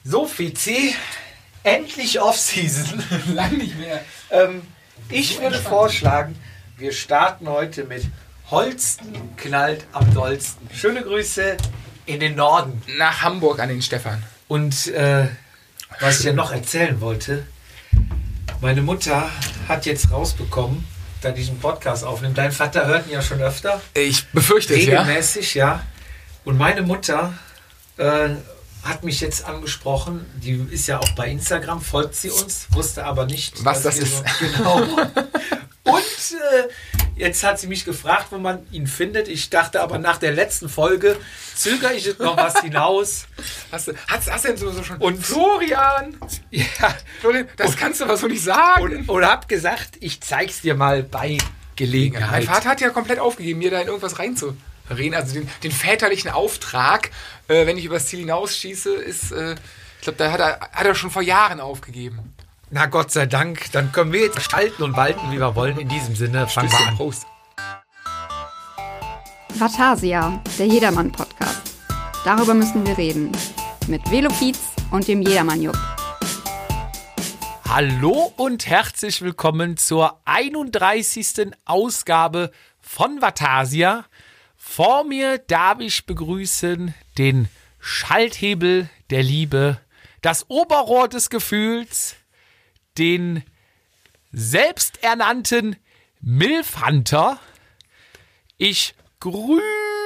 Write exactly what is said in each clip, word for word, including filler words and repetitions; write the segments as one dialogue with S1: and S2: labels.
S1: So, Fizi, endlich Off-Season.
S2: Lang nicht mehr.
S1: ähm, ich würde vorschlagen, wir starten heute mit Holsten knallt am dollsten. Schöne Grüße in den Norden.
S2: Nach Hamburg an den Stefan.
S1: Und äh, was ich ja noch erzählen wollte, meine Mutter hat jetzt rausbekommen, da ich einen Podcast aufnehme. Dein Vater hört ihn ja schon öfter.
S2: Ich befürchte es, ja.
S1: Regelmäßig, ja. Und meine Mutter äh, hat mich jetzt angesprochen. Die ist ja auch bei Instagram, folgt sie uns, wusste aber nicht,
S2: was das ist.
S1: So, genau. Und äh, jetzt hat sie mich gefragt, wo man ihn findet. Ich dachte aber nach der letzten Folge zögere ich jetzt noch was hinaus.
S2: Hast du, hast, hast du denn so, so schon...
S1: Und
S2: Florian!
S1: Ja.
S2: Florian, das und, kannst du aber so nicht sagen.
S1: Und, und hab gesagt, ich zeig's dir mal bei Gelegenheit.
S2: Mein Vater hat ja komplett aufgegeben, mir da in irgendwas reinzureden. Also den, den väterlichen Auftrag, äh, wenn ich übers Ziel hinausschieße, ist... Äh, ich glaube, da hat er, hat er schon vor Jahren aufgegeben.
S1: Na Gott sei Dank, dann können wir jetzt schalten und walten, wie wir wollen. In diesem Sinne, fangen wir an.
S2: Prost.
S3: Vatasia, der Jedermann-Podcast. Darüber müssen wir reden. Mit Velofiz und dem Jedermann-Jupp.
S1: Hallo und herzlich willkommen zur einunddreißigsten Ausgabe von Vatasia. Vor mir darf ich begrüßen den Schalthebel der Liebe, das Oberrohr des Gefühls, den selbsternannten Milfhunter. Ich grüße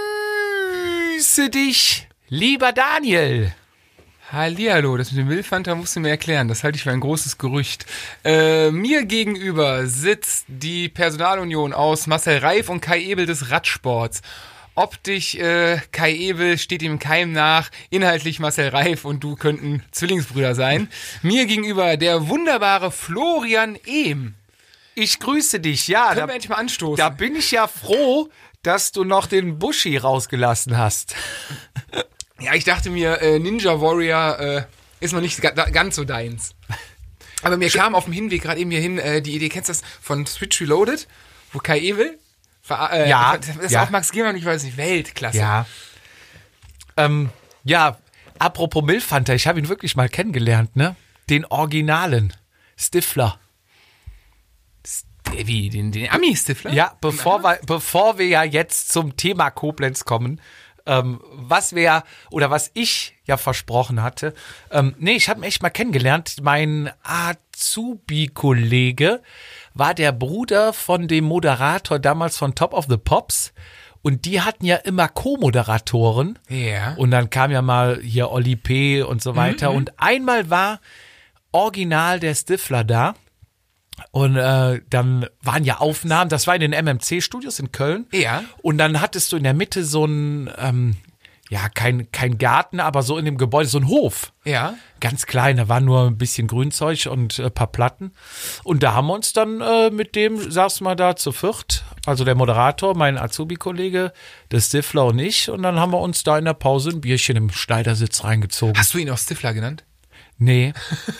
S1: dich, lieber Daniel.
S2: Hallihallo, das mit dem Milfhunter musst du mir erklären. Das halte ich für ein großes Gerücht. Äh, mir gegenüber sitzt die Personalunion aus Marcel Reif und Kai Ebel des Radsports. Optisch, äh, Kai Ebel steht ihm Keim nach, inhaltlich Marcel Reif und du könnten Zwillingsbrüder sein. Mir gegenüber der wunderbare Florian Ehm.
S1: Ich grüße dich, ja.
S2: Können
S1: da,
S2: wir endlich mal anstoßen?
S1: Da bin ich ja froh, dass du noch den Buschi rausgelassen hast.
S2: Ja, ich dachte mir, äh, Ninja Warrior äh, ist noch nicht ga- ganz so deins. Aber mir kam auf dem Hinweg gerade eben hier hin äh, die Idee, kennst du das von Switch Reloaded, wo Kai Ebel... Äh,
S1: ja,
S2: das ist
S1: ja.
S2: auch Max Giermann, ich weiß nicht, Weltklasse.
S1: Ja, ähm, ja, apropos Milfhunter, ich habe ihn wirklich mal kennengelernt, ne? Den Originalen, Stifler.
S2: Wie, den, den Ami-Stifler?
S1: Ja, bevor wir, bevor wir ja jetzt zum Thema Koblenz kommen, ähm, was wir, oder was ich ja versprochen hatte, ähm, nee, ich habe ihn echt mal kennengelernt, mein Azubi-Kollege war der Bruder von dem Moderator damals von Top of the Pops und die hatten ja immer Co-Moderatoren.
S2: Ja.
S1: Und dann kam ja mal hier Olli P. und so weiter.
S2: Mhm.
S1: Und einmal war original der Stifler da und äh, dann waren ja Aufnahmen, das war in den M M C-Studios in Köln.
S2: Ja.
S1: Und dann hattest du in der Mitte so ein, ähm, ja, kein, kein Garten, aber so in dem Gebäude so ein Hof.
S2: Ja.
S1: Ganz klein, da war nur ein bisschen Grünzeug und ein äh, paar Platten. Und da haben wir uns dann äh, mit dem, saß mal da zu viert, also der Moderator, mein Azubi-Kollege, der Stifler und ich. Und dann haben wir uns da in der Pause ein Bierchen im Schneidersitz reingezogen.
S2: Hast du ihn auch Stifler genannt?
S1: Nee.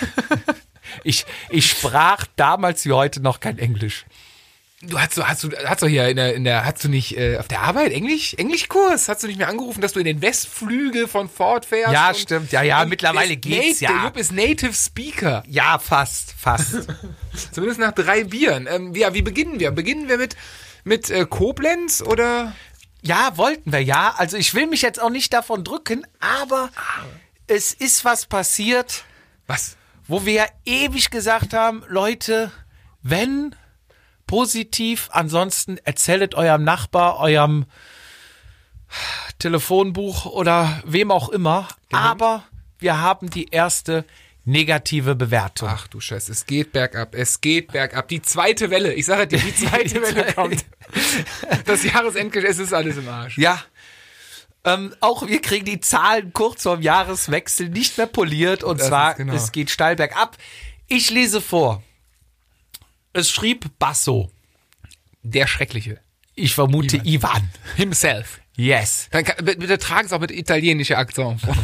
S1: ich, ich sprach damals wie heute noch kein Englisch.
S2: Du hast du hast du hast du hier in der in der hast du nicht äh, auf der Arbeit Englisch Englischkurs, hast du nicht mehr angerufen, dass du in den Westflügel von Ford fährst?
S1: Ja,
S2: und,
S1: stimmt. Ja, ja, mittlerweile geht's
S2: Nate,
S1: ja.
S2: Der Jupp ist Native Speaker.
S1: Ja, fast, fast.
S2: Zumindest nach drei Bieren. Ähm, ja, wie beginnen wir? Beginnen wir mit mit äh, Koblenz oder?
S1: Ja, wollten wir ja. Also ich will mich jetzt auch nicht davon drücken, aber es ist was passiert,
S2: Was?
S1: wo wir ja ewig gesagt haben, Leute, wenn positiv, ansonsten erzählt eurem Nachbar, eurem Telefonbuch oder wem auch immer.
S2: Genau.
S1: Aber wir haben die erste negative Bewertung.
S2: Ach du Scheiße, es geht bergab, es geht bergab. Die zweite Welle, ich sage dir, die zweite Welle kommt. Das Jahresendgeschäft, es ist alles im Arsch.
S1: Ja, ähm, auch wir kriegen die Zahlen kurz vorm Jahreswechsel nicht mehr poliert und
S2: Das
S1: zwar,
S2: ist genau.
S1: es geht steil bergab. Ich lese vor. Es schrieb Basso.
S2: Der Schreckliche.
S1: Ich vermute
S2: Ivan.
S1: Ivan.
S2: Himself.
S1: Yes.
S2: Dann kann, bitte tragen es auch mit italienischer Akzent vor.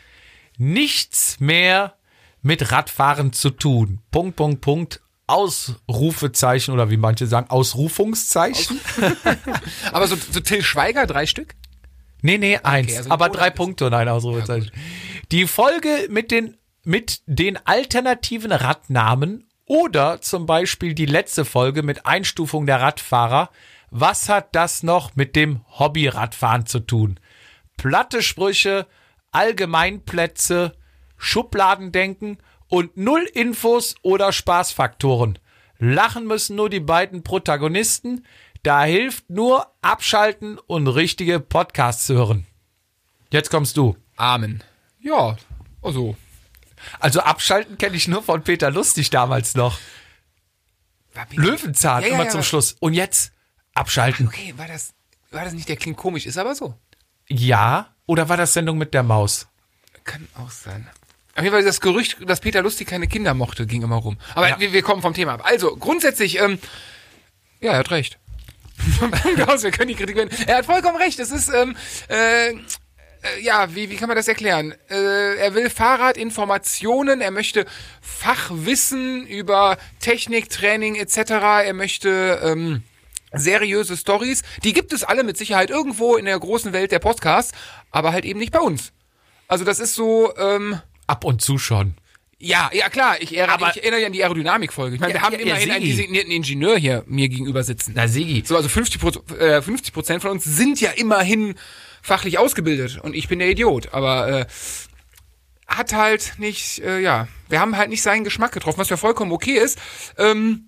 S1: Nichts mehr mit Radfahren zu tun. Punkt, Punkt, Punkt. Ausrufezeichen oder wie manche sagen, Ausrufungszeichen.
S2: Aber so, so Till Schweiger, drei Stück?
S1: Nee, nee, eins.
S2: also
S1: aber
S2: Monat
S1: drei
S2: ist-
S1: Punkte und ein Ausrufezeichen. Die Folge mit den mit den alternativen Radnamen oder zum Beispiel die letzte Folge mit Einstufung der Radfahrer. Was hat das noch mit dem Hobbyradfahren zu tun? Platte Sprüche, Allgemeinplätze, Schubladendenken und null Infos oder Spaßfaktoren. Lachen müssen nur die beiden Protagonisten. Da hilft nur abschalten und richtige Podcasts hören. Jetzt kommst du.
S2: Amen. Ja, also.
S1: Also abschalten kenne ich nur von Peter Lustig damals noch. Löwenzahn,
S2: Ja, ja,
S1: immer
S2: ja.
S1: zum Schluss. Und jetzt abschalten.
S2: Okay, war das, war das nicht, der klingt komisch, ist aber so.
S1: Ja, oder war das Sendung mit der Maus?
S2: Kann auch sein. Auf jeden Fall das Gerücht, dass Peter Lustig keine Kinder mochte, ging immer rum. Aber
S1: Ja.
S2: wir, wir kommen vom Thema ab. Also, grundsätzlich, ähm, ja, er hat recht. Vom Punkt aus, wir können die Kritik wenden. Er hat vollkommen recht. Es ist, ähm, äh, äh, ja, wie, wie kann man das erklären? Äh, er will Fahrradinformationen, er möchte Fachwissen über Technik, Training et cetera. Er möchte ähm, seriöse Stories. Die gibt es alle mit Sicherheit irgendwo in der großen Welt der Podcasts, aber halt eben nicht bei uns. Also das ist so, ähm,
S1: Ab und zu schon.
S2: ja, ja klar, ich, erinnere-
S1: Aber-
S2: ich erinnere ja an die Aerodynamik-Folge. Ich meine,
S1: Ja,
S2: wir haben
S1: ja, ja,
S2: immerhin einen
S1: Sigi.
S2: designierten Ingenieur hier mir gegenüber sitzen.
S1: Na, Sigi.
S2: So, also fünfzig Prozent, äh, fünfzig Prozent von uns sind ja immerhin fachlich ausgebildet und ich bin der Idiot, aber äh, hat halt nicht, äh, ja, wir haben halt nicht seinen Geschmack getroffen, was ja vollkommen okay ist. Ähm,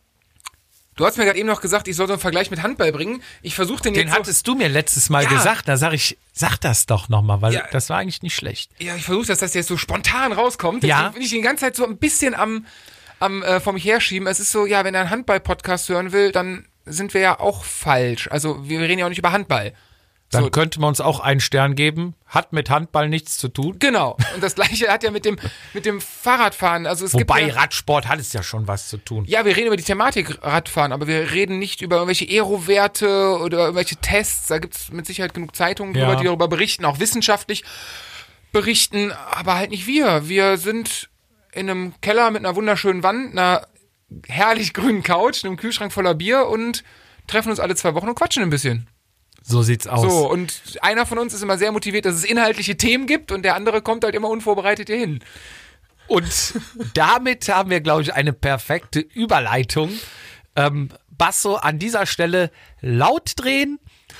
S2: du hast mir gerade eben noch gesagt, ich soll so einen Vergleich mit Handball bringen. Ich versuche den,
S1: Den
S2: jetzt so,
S1: hattest du mir letztes Mal
S2: Ja.
S1: gesagt. Da sag ich, sag das doch nochmal, weil
S2: Ja.
S1: das war eigentlich nicht schlecht.
S2: ja, ich versuche, dass das jetzt so spontan rauskommt.
S1: Ja.
S2: Deswegen bin ich die ganze Zeit so ein bisschen am, am äh, vor mich herschieben. Es ist so, ja, wenn er einen Handball-Podcast hören will, dann sind wir ja auch falsch. Also wir reden ja auch nicht über Handball.
S1: Dann
S2: So.
S1: könnte man uns auch einen Stern geben. Hat mit Handball nichts zu tun.
S2: Genau. Und das Gleiche hat ja mit dem, mit dem Fahrradfahren. Also es
S1: Wobei
S2: gibt ja,
S1: Radsport hat es ja schon was zu tun.
S2: ja, wir reden über die Thematik Radfahren, aber wir reden nicht über irgendwelche Aero-Werte oder irgendwelche Tests. Da gibt es mit Sicherheit genug Zeitungen,
S1: Ja.
S2: drüber, die darüber berichten, auch wissenschaftlich berichten, aber halt nicht wir. Wir sind in einem Keller mit einer wunderschönen Wand, einer herrlich grünen Couch, einem Kühlschrank voller Bier und treffen uns alle zwei Wochen und quatschen ein bisschen.
S1: So sieht's aus.
S2: So, und einer von uns ist immer sehr motiviert, dass es inhaltliche Themen gibt und der andere kommt halt immer unvorbereitet hier hin.
S1: Und damit haben wir, glaube ich, eine perfekte Überleitung. Ähm, Basso, an dieser Stelle laut drehen.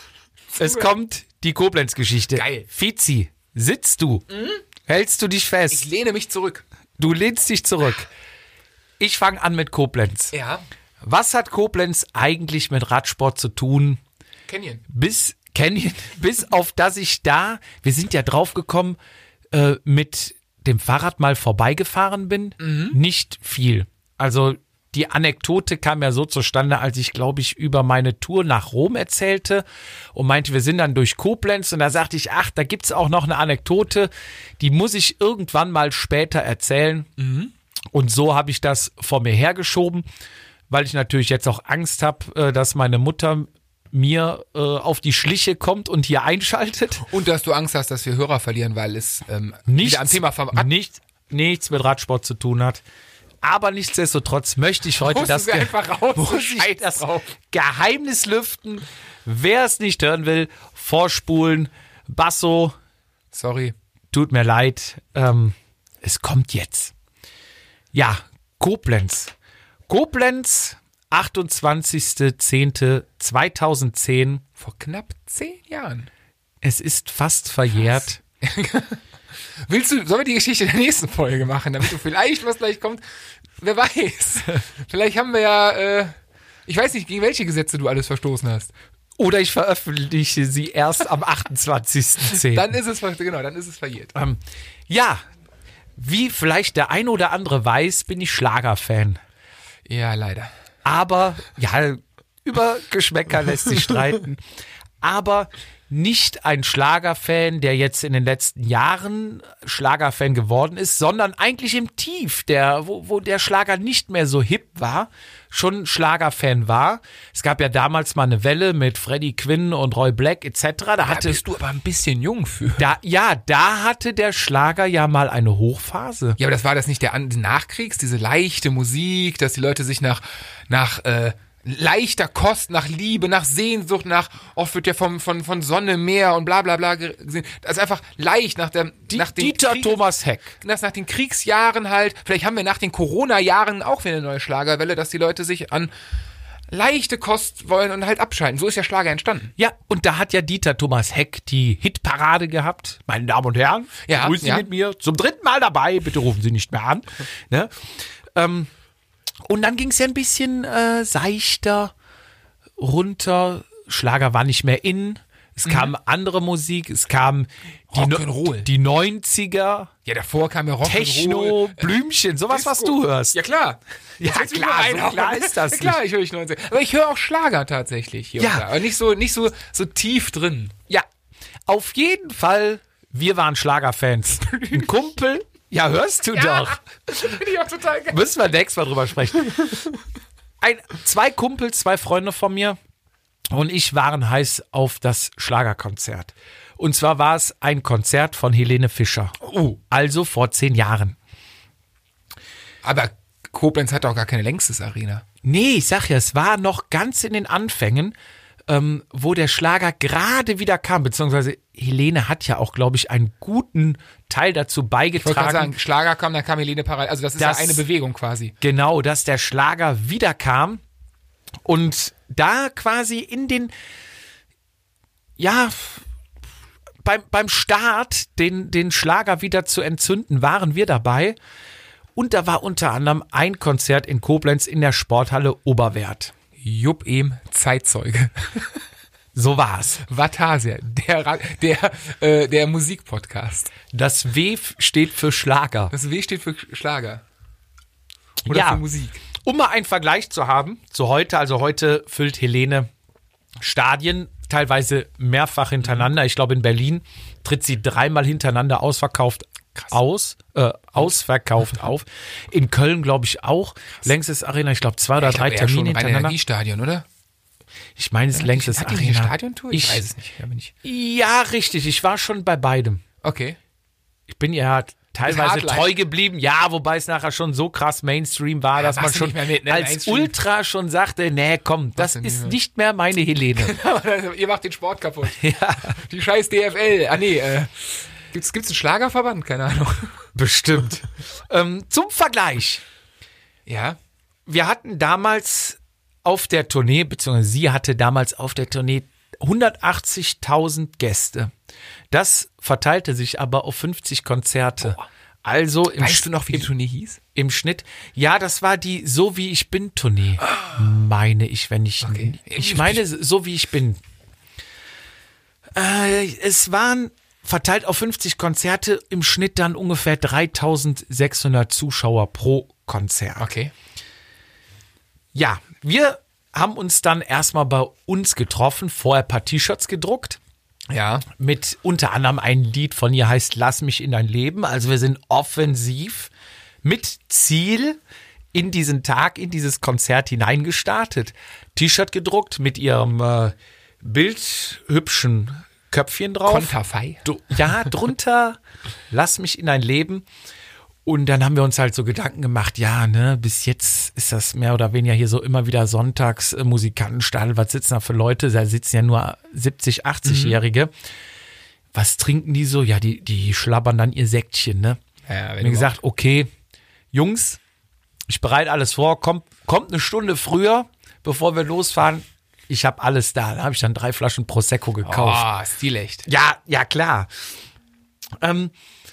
S1: Es kommt die Koblenz-Geschichte.
S2: Geil.
S1: Fizi, sitzt du? Hältst du dich fest?
S2: Ich lehne mich zurück.
S1: Du lehnst dich zurück. Ich fange an mit Koblenz.
S2: Ja.
S1: Was hat Koblenz eigentlich mit Radsport zu tun?
S2: Canyon.
S1: Bis Canyon, bis auf dass ich da, wir sind ja draufgekommen, äh, mit dem Fahrrad mal vorbeigefahren bin, nicht viel. Also die Anekdote kam ja so zustande, als ich, glaube ich, über meine Tour nach Rom erzählte und meinte, wir sind dann durch Koblenz und da sagte ich, ach, da gibt's auch noch eine Anekdote, die muss ich irgendwann mal später erzählen. Und so habe ich das vor mir hergeschoben, weil ich natürlich jetzt auch Angst habe, dass meine Mutter mir äh, auf die Schliche kommt und hier einschaltet.
S2: Und dass du Angst hast, dass wir Hörer verlieren, weil es ähm,
S1: Nichts,
S2: wieder am Thema Fahrrad
S1: nicht, nichts mit Radsport zu tun hat. Aber nichtsdestotrotz möchte ich heute
S2: Musst
S1: das,
S2: du
S1: Ge
S2: einfach raus,
S1: muss
S2: du
S1: ich
S2: Scheiß
S1: das
S2: drauf.
S1: Geheimnis lüften. Wer es nicht hören will, vorspulen. Basso,
S2: Sorry.
S1: tut mir leid. Ähm, es kommt jetzt. Ja, Koblenz. Koblenz, achtundzwanzigster zehnter zweitausendzehn.
S2: Vor knapp zehn Jahren.
S1: Es ist fast verjährt.
S2: Willst du, sollen wir die Geschichte der nächsten Folge machen, damit du vielleicht, was gleich kommt, wer weiß. Vielleicht haben wir ja, äh, ich weiß nicht, gegen welche Gesetze du alles verstoßen hast.
S1: Oder ich veröffentliche sie erst am achtundzwanzigster zehnten
S2: Dann ist es, ver- genau, dann ist es verjährt.
S1: Ähm, ja, wie vielleicht der ein oder andere weiß, bin ich Schlagerfan.
S2: Ja, leider.
S1: Aber, ja, über Geschmäcker lässt sich streiten. Aber nicht ein Schlagerfan, der jetzt in den letzten Jahren Schlagerfan geworden ist, sondern eigentlich im Tief, der, wo, wo der Schlager nicht mehr so hip war, schon Schlagerfan war. Es gab ja damals mal eine Welle mit Freddie Quinn und Roy Black et cetera. Da
S2: Da
S1: hatte
S2: bist du aber ein bisschen jung für.
S1: Da, ja, da hatte der Schlager ja mal eine Hochphase.
S2: Ja, aber das war das nicht der An- Nachkriegs, diese leichte Musik, dass die Leute sich nach, nach, äh, leichter Kost, nach Liebe, nach Sehnsucht, nach, oft wird ja vom, von, von Sonne, Meer und bla bla bla gesehen. Das ist einfach leicht nach der,
S1: Die,
S2: nach den
S1: Dieter
S2: Krieg-
S1: Thomas Heck.
S2: Das nach den Kriegsjahren halt, vielleicht haben wir nach den Corona-Jahren auch wieder eine neue Schlagerwelle, dass die Leute sich an leichte Kost wollen und halt abschalten. So ist ja Schlager entstanden.
S1: Ja, und da hat ja Dieter Thomas Heck die Hitparade gehabt. Meine Damen und Herren,
S2: Ja,
S1: grüßen Sie
S2: ja.
S1: mit mir zum dritten Mal dabei. Bitte rufen Sie nicht mehr an. Ne? Ähm, und dann ging es ja ein bisschen äh, seichter runter. Schlager war nicht mehr in. Es kam andere Musik. Es kam die,
S2: Rock'n'Roll.
S1: die neunziger.
S2: Ja, davor kam ja Rock
S1: Techno, Blümchen, sowas, was du hörst.
S2: Ja, klar.
S1: Ja,
S2: Jetzt setz mich
S1: klar,
S2: mal ein.
S1: so klar ist das
S2: Ja, klar, ich höre ich neunzig. Aber ich höre auch Schlager tatsächlich hier
S1: Ja.
S2: und da. Aber nicht so, nicht so, so tief drin.
S1: Ja, auf jeden Fall, wir waren Schlagerfans. Ein Kumpel, ja, hörst du doch.
S2: Finde ich auch total geil.
S1: Müssen wir nächstes Mal drüber sprechen. Ein, zwei Kumpels, zwei Freunde von mir und ich waren heiß auf das Schlagerkonzert. Und zwar war es ein Konzert von Helene Fischer.
S2: Oh.
S1: Also vor zehn Jahren.
S2: Aber Koblenz hat auch gar keine Längstes-Arena.
S1: Nee, ich sag ja, es war noch ganz in den Anfängen, ähm, wo der Schlager gerade wieder kam, beziehungsweise Helene hat ja auch, glaube ich, einen guten Teil dazu
S2: Ich wollte gerade
S1: beigetragen.
S2: sagen, Schlager kam, dann kam Helene parallel. Also das ist
S1: Das-
S2: ja eine Bewegung quasi.
S1: Genau, dass der Schlager wiederkam und da quasi in den, ja, beim, beim Start den, den Schlager wieder zu entzünden, waren wir dabei. Und da war unter anderem ein Konzert in Koblenz in der Sporthalle Oberwerth.
S2: Jupp Ehm, Zeitzeuge.
S1: So war's.
S2: Vatasia, der, Ra- der, äh, der Musikpodcast.
S1: Das W steht für Schlager.
S2: Das W steht für Schlager. Oder
S1: Ja.
S2: für Musik.
S1: Um mal einen Vergleich zu haben, zu heute, also heute füllt Helene Stadien, teilweise mehrfach hintereinander. Ich glaube, in Berlin tritt sie dreimal hintereinander ausverkauft aus, äh, ausverkauft auf. In Köln, glaube ich, auch. Längstes Arena, ich glaube, zwei oder
S2: Ich
S1: drei
S2: glaube, eher schon
S1: Termine
S2: ein
S1: hintereinander.
S2: Energiestadion, oder?
S1: Ich meine, es ist längstes
S2: Hat die nicht eine
S1: Arena.
S2: Stadiontour? Ich, weiß es nicht. Da bin ich.
S1: Ja, richtig. Ich war schon bei beidem.
S2: Okay.
S1: Ich bin ja teilweise
S2: Hardline.
S1: treu geblieben. Ja, wobei es nachher schon so krass Mainstream war, dass man
S2: warst du
S1: schon
S2: nicht mehr mit, ne?
S1: als
S2: Mainstream.
S1: Ultra schon sagte, nee, komm, das
S2: du nicht
S1: ist
S2: mehr.
S1: nicht mehr meine Helene.
S2: Ihr macht den Sport kaputt. Ja. Die scheiß D F L. Ah, nee, äh. Gibt's, gibt's einen Schlagerverband? Keine Ahnung.
S1: Bestimmt. ähm, zum Vergleich.
S2: Ja.
S1: Wir hatten damals auf der Tournee, beziehungsweise sie hatte damals auf der Tournee hundertachtzigtausend Gäste. Das verteilte sich aber auf fünfzig Konzerte. Also im,
S2: Weißt du noch, wie die
S1: im,
S2: Tournee hieß?
S1: im Schnitt. Ja, das war die So wie ich bin Tournee. Meine ich, wenn ich.
S2: Okay.
S1: Ich meine, so wie ich bin. Äh, es waren verteilt auf fünfzig Konzerte im Schnitt dann ungefähr dreitausendsechshundert Zuschauer pro Konzert.
S2: Okay.
S1: Ja, wir haben uns dann erstmal bei uns getroffen, vorher ein paar T-Shirts gedruckt.
S2: Ja.
S1: Mit unter anderem ein Lied von ihr heißt Lass mich in dein Leben. Also wir sind offensiv mit Ziel in diesen Tag, in dieses Konzert hineingestartet. T-Shirt gedruckt mit ihrem äh, bildhübschen Köpfchen drauf.
S2: Konterfei.
S1: Du, ja, drunter Lass mich in dein Leben. Und dann haben wir uns halt so Gedanken gemacht, ja, ne, bis jetzt ist das mehr oder weniger hier so immer wieder sonntags äh, Musikantenstadel, was sitzen da für Leute? Da sitzen ja nur siebzig-, achtzigjährige. Was trinken die so? Ja, die, die schlabbern dann ihr Säckchen, ne?
S2: Ja,
S1: Mir gesagt, okay, Jungs, ich bereite alles vor, kommt, kommt eine Stunde früher, bevor wir losfahren. Ich habe alles da. Da habe ich dann drei Flaschen Prosecco gekauft.
S2: Oh, stilecht.
S1: Ja, ja, klar. Ähm,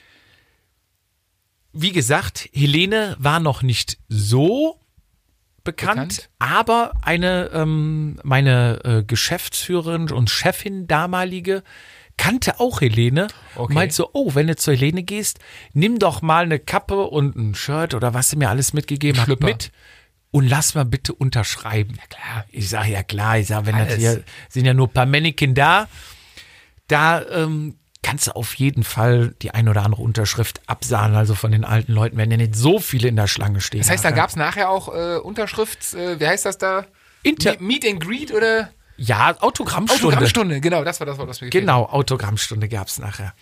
S1: wie gesagt, Helene war noch nicht so bekannt,
S2: Bekannt?
S1: aber eine, ähm, meine äh, Geschäftsführerin und Chefin damalige kannte auch Helene und
S2: Okay.
S1: meint so, oh, wenn du zur Helene gehst, nimm doch mal eine Kappe und ein Shirt oder was sie mir alles mitgegeben hat
S2: Schlüpper.
S1: mit und lass mal bitte unterschreiben. Ja,
S2: klar.
S1: Ich sage, ja klar, ich sage, wenn das
S2: Alles.
S1: hier sind ja nur ein paar Mannequin da, da ähm, kannst du auf jeden Fall die ein oder andere Unterschrift absahnen. Also von den alten Leuten werden ja nicht so viele in der Schlange stehen.
S2: Das heißt, da
S1: nachher.
S2: gab es nachher auch äh, Unterschrift, äh, wie heißt das da?
S1: Inter
S2: Me- Meet and Greet oder?
S1: ja, Autogrammstunde.
S2: Autogrammstunde, genau, das war das Wort, was mir gefehlt
S1: Genau, Autogrammstunde gab's nachher.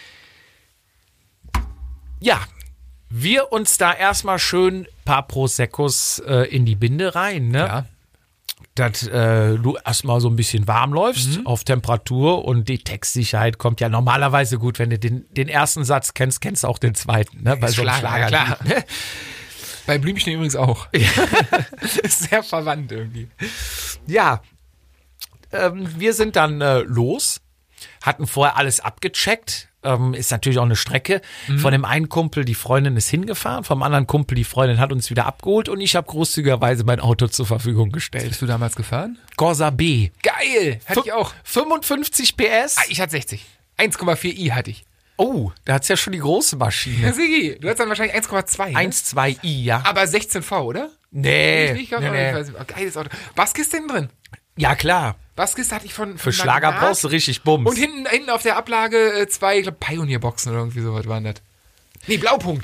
S1: Ja, wir uns da erstmal schön paar Proseccos äh, in die Binde rein, ne?
S2: hat. Ja.
S1: dass äh, du erstmal so ein bisschen warm läufst mhm. auf Temperatur und die Textsicherheit kommt ja normalerweise gut. Wenn du den, den ersten Satz kennst, kennst du auch den zweiten. Ne? Bei so einem
S2: Schlager,
S1: Schlager.
S2: Ja, klar. Bei Blümchen übrigens auch. Ist sehr verwandt irgendwie.
S1: Ja, ähm, wir sind dann äh, los, hatten vorher alles abgecheckt. Ähm, ist natürlich auch eine Strecke. Mhm. Von dem einen Kumpel, die Freundin ist hingefahren, vom anderen Kumpel, die Freundin hat uns wieder abgeholt und ich habe großzügigerweise mein Auto zur Verfügung gestellt.
S2: Bist du damals gefahren?
S1: Corsa B.
S2: Geil! Hatte F- ich auch.
S1: fünfundfünfzig P S.
S2: Ah, ich hatte sechzig. eins Komma vier i hatte ich.
S1: Oh, da hat's ja schon die große Maschine.
S2: Ja, Sigi, du hast dann wahrscheinlich eins Komma zwei. Ne?
S1: eins Komma zwei i, ja.
S2: Aber sechzehn V, oder?
S1: Nee.
S2: Ich nicht,
S1: nee, nee.
S2: Ich weiß nicht. Oh, geiles Auto. Basskiste hinten drin?
S1: Ja, klar.
S2: Basskiste hatte ich von, von
S1: Für Schlager brauchst du richtig Bums.
S2: Und hinten, hinten auf der Ablage äh, zwei, ich glaube, Pioneer-Boxen oder irgendwie sowas waren das. Nee, Blaupunkt.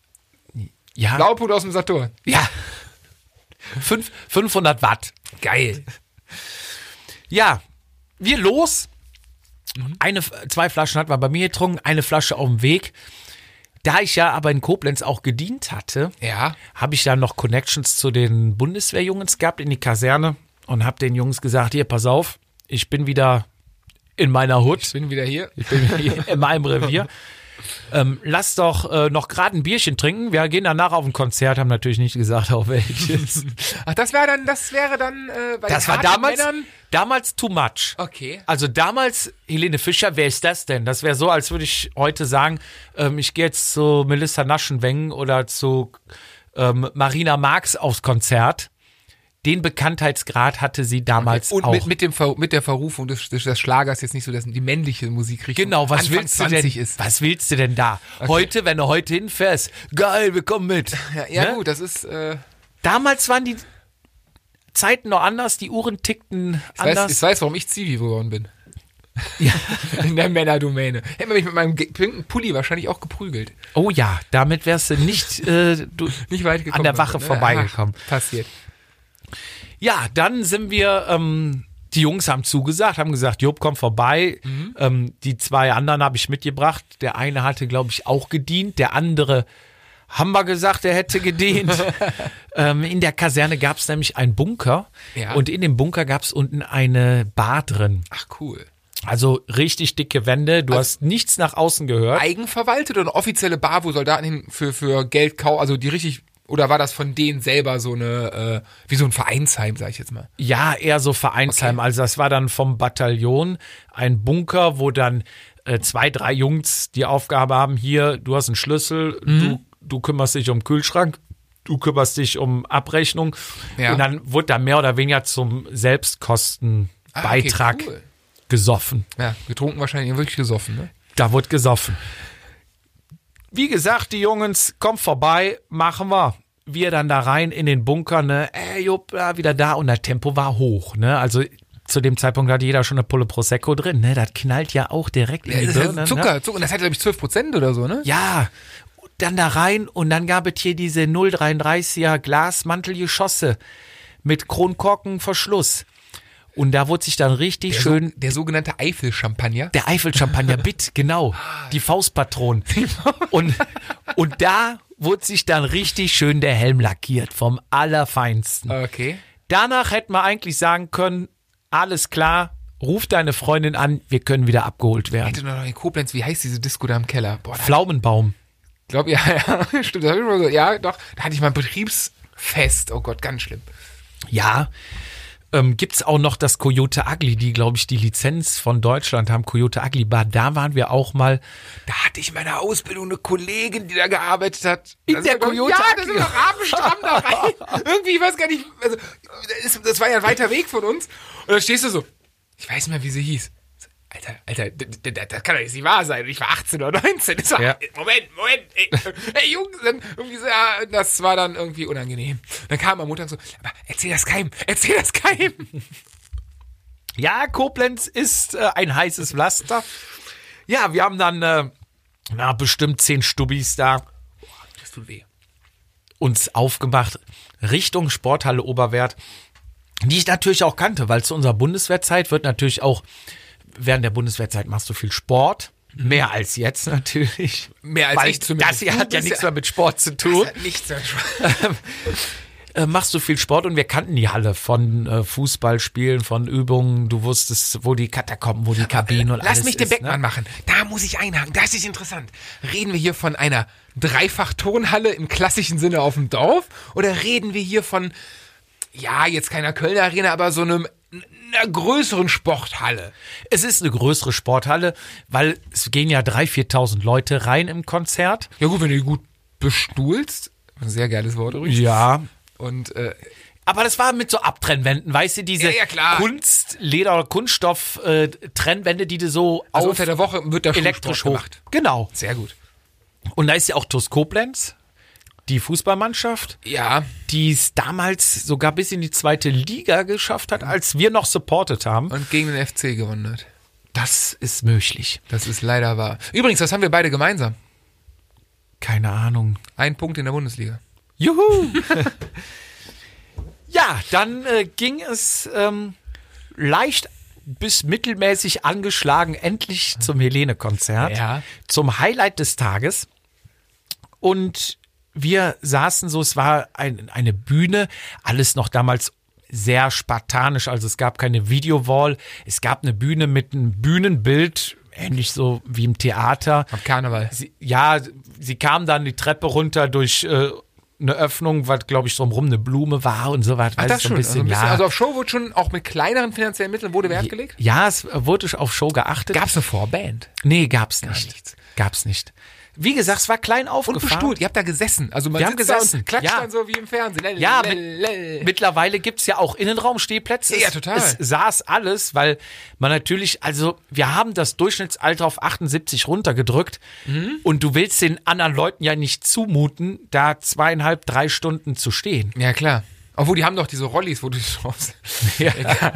S1: Ja.
S2: Blaupunkt aus dem Saturn.
S1: Ja. Fünf, fünfhundert Watt.
S2: Geil.
S1: Ja, wir los. Eine, zwei Flaschen hat man bei mir getrunken, eine Flasche auf dem Weg. Da ich ja aber in Koblenz auch gedient hatte,
S2: ja.
S1: habe ich dann noch Connections zu den Bundeswehrjungs gehabt in die Kaserne und habe den Jungs gesagt, hier, pass auf, ich bin wieder in meiner Hut.
S2: Ich bin wieder hier.
S1: Ich bin hier in meinem Revier. Ähm, lass doch äh, noch gerade ein Bierchen trinken. Wir gehen danach auf ein Konzert, haben natürlich nicht gesagt, auf welches.
S2: Ach, das wäre dann, das wäre dann äh, bei
S1: Das
S2: den
S1: war damals,
S2: Männern.
S1: damals too much.
S2: Okay.
S1: Also damals, Helene Fischer, wer ist das denn? Das wäre so, als würde ich heute sagen, ähm, ich gehe jetzt zu Melissa Naschenweng oder zu ähm, Marina Marx aufs Konzert. Den Bekanntheitsgrad hatte sie damals
S2: okay. Und
S1: auch.
S2: mit, mit, dem Ver, mit der Verrufung des, des, des Schlagers jetzt nicht so, dass die männliche Musikrichtung
S1: Genau, was
S2: Anfang
S1: willst du denn?
S2: ist.
S1: Was willst du denn da?
S2: Okay.
S1: Heute, wenn du heute hinfährst, geil, wir kommen mit.
S2: Ja, ja
S1: Ne?
S2: gut, das ist. Äh,
S1: Damals waren die Zeiten noch anders, die Uhren tickten
S2: ich,
S1: anders.
S2: weiß, ich weiß, warum ich Zivi geworden bin.
S1: Ja.
S2: In der Männerdomäne. Hätten wir mich mit meinem pinken Pulli wahrscheinlich auch geprügelt.
S1: Oh ja, damit wärst du nicht, äh, du,
S2: Nicht weit gekommen.
S1: an der Wache
S2: ne?
S1: vorbeigekommen.
S2: Ach, passiert.
S1: Ja, dann sind wir, ähm, die Jungs haben zugesagt, haben gesagt, Job, komm vorbei. Mhm. Ähm, die zwei anderen habe ich mitgebracht. Der eine hatte, glaube ich, auch gedient. Der andere haben wir gesagt, er hätte gedient. ähm, in der Kaserne gab es nämlich einen Bunker.
S2: Ja.
S1: Und in dem Bunker gab es unten eine Bar drin.
S2: Ach, cool.
S1: Also richtig dicke Wände. Du
S2: also
S1: hast nichts nach außen gehört.
S2: Eigenverwaltet oder eine offizielle Bar, wo Soldaten hin für, für Geld kaufen, also die richtig. Oder war das von denen selber so eine, äh, wie so ein Vereinsheim, sag ich jetzt mal?
S1: Ja, eher so Vereinsheim.
S2: Okay.
S1: Also das war dann vom Bataillon ein Bunker, wo dann äh, zwei, drei Jungs die Aufgabe haben, hier, du hast einen Schlüssel, mhm. du, du kümmerst dich um Kühlschrank, du kümmerst dich um Abrechnung.
S2: Ja.
S1: Und dann wurde da mehr oder weniger zum Selbstkostenbeitrag
S2: ah, okay, cool.
S1: gesoffen.
S2: Ja, getrunken wahrscheinlich, wirklich gesoffen, ne?
S1: Da wurde gesoffen. Wie gesagt, die Jungs, kommt vorbei, machen wir. Wir dann da rein in den Bunker, ne, ey, Jupp, ja, wieder da und das Tempo war hoch, ne, also zu dem Zeitpunkt hatte jeder schon eine Pulle Prosecco drin, ne, das knallt ja auch direkt in die
S2: ja,
S1: Birne.
S2: Zucker,
S1: ne?
S2: Zucker, und das hat, glaube ich, zwölf Prozent oder so, ne?
S1: Ja, dann da rein und dann gab es hier diese null Komma dreiunddreißiger Glasmantelgeschosse mit Kronkorkenverschluss. Und da wurde sich dann richtig
S2: Der
S1: schön...
S2: So, der sogenannte Eifel-Champagner.
S1: Der Eifel-Champagner, Bitt, genau. Die Faustpatronen. Und, und da wurde sich dann richtig schön der Helm lackiert, vom Allerfeinsten.
S2: Okay.
S1: Danach hätten wir eigentlich sagen können, alles klar, ruf deine Freundin an, wir können wieder abgeholt werden.
S2: Hätte noch in Koblenz, wie heißt diese Disco da im Keller? Boah,
S1: Pflaumenbaum.
S2: Ich glaube, ja, ja, stimmt. Das hab ich mal so, ja, doch, da hatte ich mal ein Betriebsfest. Oh Gott, ganz schlimm.
S1: Ja, ähm, gibt's auch noch das Coyote Ugly, die, glaube ich, die Lizenz von Deutschland haben, Coyote Ugly Bar. Da waren wir auch mal.
S2: Da hatte ich in meiner Ausbildung eine Kollegin, die da gearbeitet hat.
S1: In
S2: das
S1: der Coyote
S2: Ja, da
S1: Ugly.
S2: sind wir rabenstramm da rein. Irgendwie, ich weiß gar nicht, also, das, das war ja ein weiter Weg von uns. Und da stehst du so, ich weiß nicht mehr, wie sie hieß. Alter, Alter, das kann doch jetzt nicht wahr sein. Ich war achtzehn oder neunzehn. Ich so,
S1: Ja.
S2: Moment, Moment, ey, ey Jungs, dann irgendwie so, ja, das war dann irgendwie unangenehm. Dann kam am Montag so, aber erzähl das keinem, erzähl das keinem.
S1: Ja, Koblenz ist äh, ein heißes Pflaster. Ja, wir haben dann äh, na, bestimmt zehn Stubbis da
S2: Das tut weh.
S1: uns aufgemacht Richtung Sporthalle Oberwerth, die ich natürlich auch kannte, weil zu unserer Bundeswehrzeit wird natürlich auch, während der Bundeswehrzeit machst du viel Sport. Mehr als jetzt natürlich.
S2: Mehr als
S1: weil
S2: ich zumindest.
S1: Das hier
S2: Du
S1: hat ja
S2: bist
S1: nichts
S2: ja-
S1: mehr mit Sport zu tun.
S2: Das hat nichts mehr.
S1: äh, machst du viel Sport und wir kannten die Halle von äh, Fußballspielen, von Übungen. Du wusstest, wo die Katakomben, wo die Kabinen und
S2: Lass
S1: alles
S2: mich den
S1: ist,
S2: Beckmann
S1: ne?
S2: machen. Da muss ich einhaken. Das ist interessant. Reden wir hier von einer Dreifach-Turnhalle im klassischen Sinne auf dem Dorf? Oder reden wir hier von, ja, jetzt keiner Kölner Arena, aber so einem einer größeren Sporthalle?
S1: Es ist eine größere Sporthalle, weil es gehen ja dreitausend, viertausend Leute rein im Konzert.
S2: Ja gut, wenn du die gut bestuhlst. Ein sehr geiles Wort übrigens.
S1: Ja.
S2: Und äh,
S1: Aber das war mit so Abtrennwänden, weißt du, diese
S2: Ja, ja, klar.
S1: Kunst, Leder- oder Kunststoff-Trennwände, die du so
S2: also
S1: auf
S2: unter der Woche wird da
S1: elektrisch
S2: Schulsport
S1: hoch.
S2: gemacht.
S1: Genau.
S2: Sehr gut.
S1: Und da ist ja auch TuS Koblenz, die Fußballmannschaft,
S2: Ja,
S1: die es damals sogar bis in die zweite Liga geschafft hat, als wir noch supportet haben.
S2: und gegen den F C gewonnen hat.
S1: Das ist möglich.
S2: Das ist leider wahr. Übrigens, das haben wir beide gemeinsam.
S1: Keine Ahnung.
S2: Ein Punkt in der Bundesliga.
S1: Juhu! Ja, dann äh, ging es ähm, leicht bis mittelmäßig angeschlagen endlich zum Helene-Konzert.
S2: Ja.
S1: Zum Highlight des Tages. Und wir saßen so, es war ein, eine Bühne, alles noch damals sehr spartanisch, also es gab keine Videowall, es gab eine Bühne mit einem Bühnenbild, ähnlich so wie im Theater.
S2: Am Karneval.
S1: Sie, ja, sie kam dann die Treppe runter durch äh, eine Öffnung, was glaube ich drumherum eine Blume war und so weiter.
S2: Ach, das
S1: so
S2: schon.
S1: ein bisschen,
S2: also, ein bisschen
S1: ja.
S2: also auf Show wurde schon auch mit kleineren finanziellen Mitteln wurde Wert gelegt?
S1: Ja, es wurde auf Show geachtet.
S2: Gab es eine Vorband?
S1: Nee, gab's nicht.
S2: nichts.
S1: Gab's nicht. Wie gesagt, es war klein
S2: Und
S1: aufgefahren.
S2: bestuhlt. Ihr habt da gesessen. Also man
S1: Wir haben
S2: sitzt da
S1: gesessen.
S2: und klatscht
S1: Ja.
S2: dann so wie im Fernsehen.
S1: Ja,
S2: mit,
S1: Mittlerweile gibt's ja auch Innenraumstehplätze.
S2: Ja,
S1: Es-
S2: total.
S1: Es saß alles, weil man natürlich, also wir haben das Durchschnittsalter auf achtundsiebzig runtergedrückt
S2: Mhm.
S1: und du willst den anderen Leuten ja nicht zumuten, da zweieinhalb, drei Stunden zu stehen.
S2: Ja, klar. Obwohl, die haben doch diese Rollis, wo du drauf sitzt.
S1: Ja.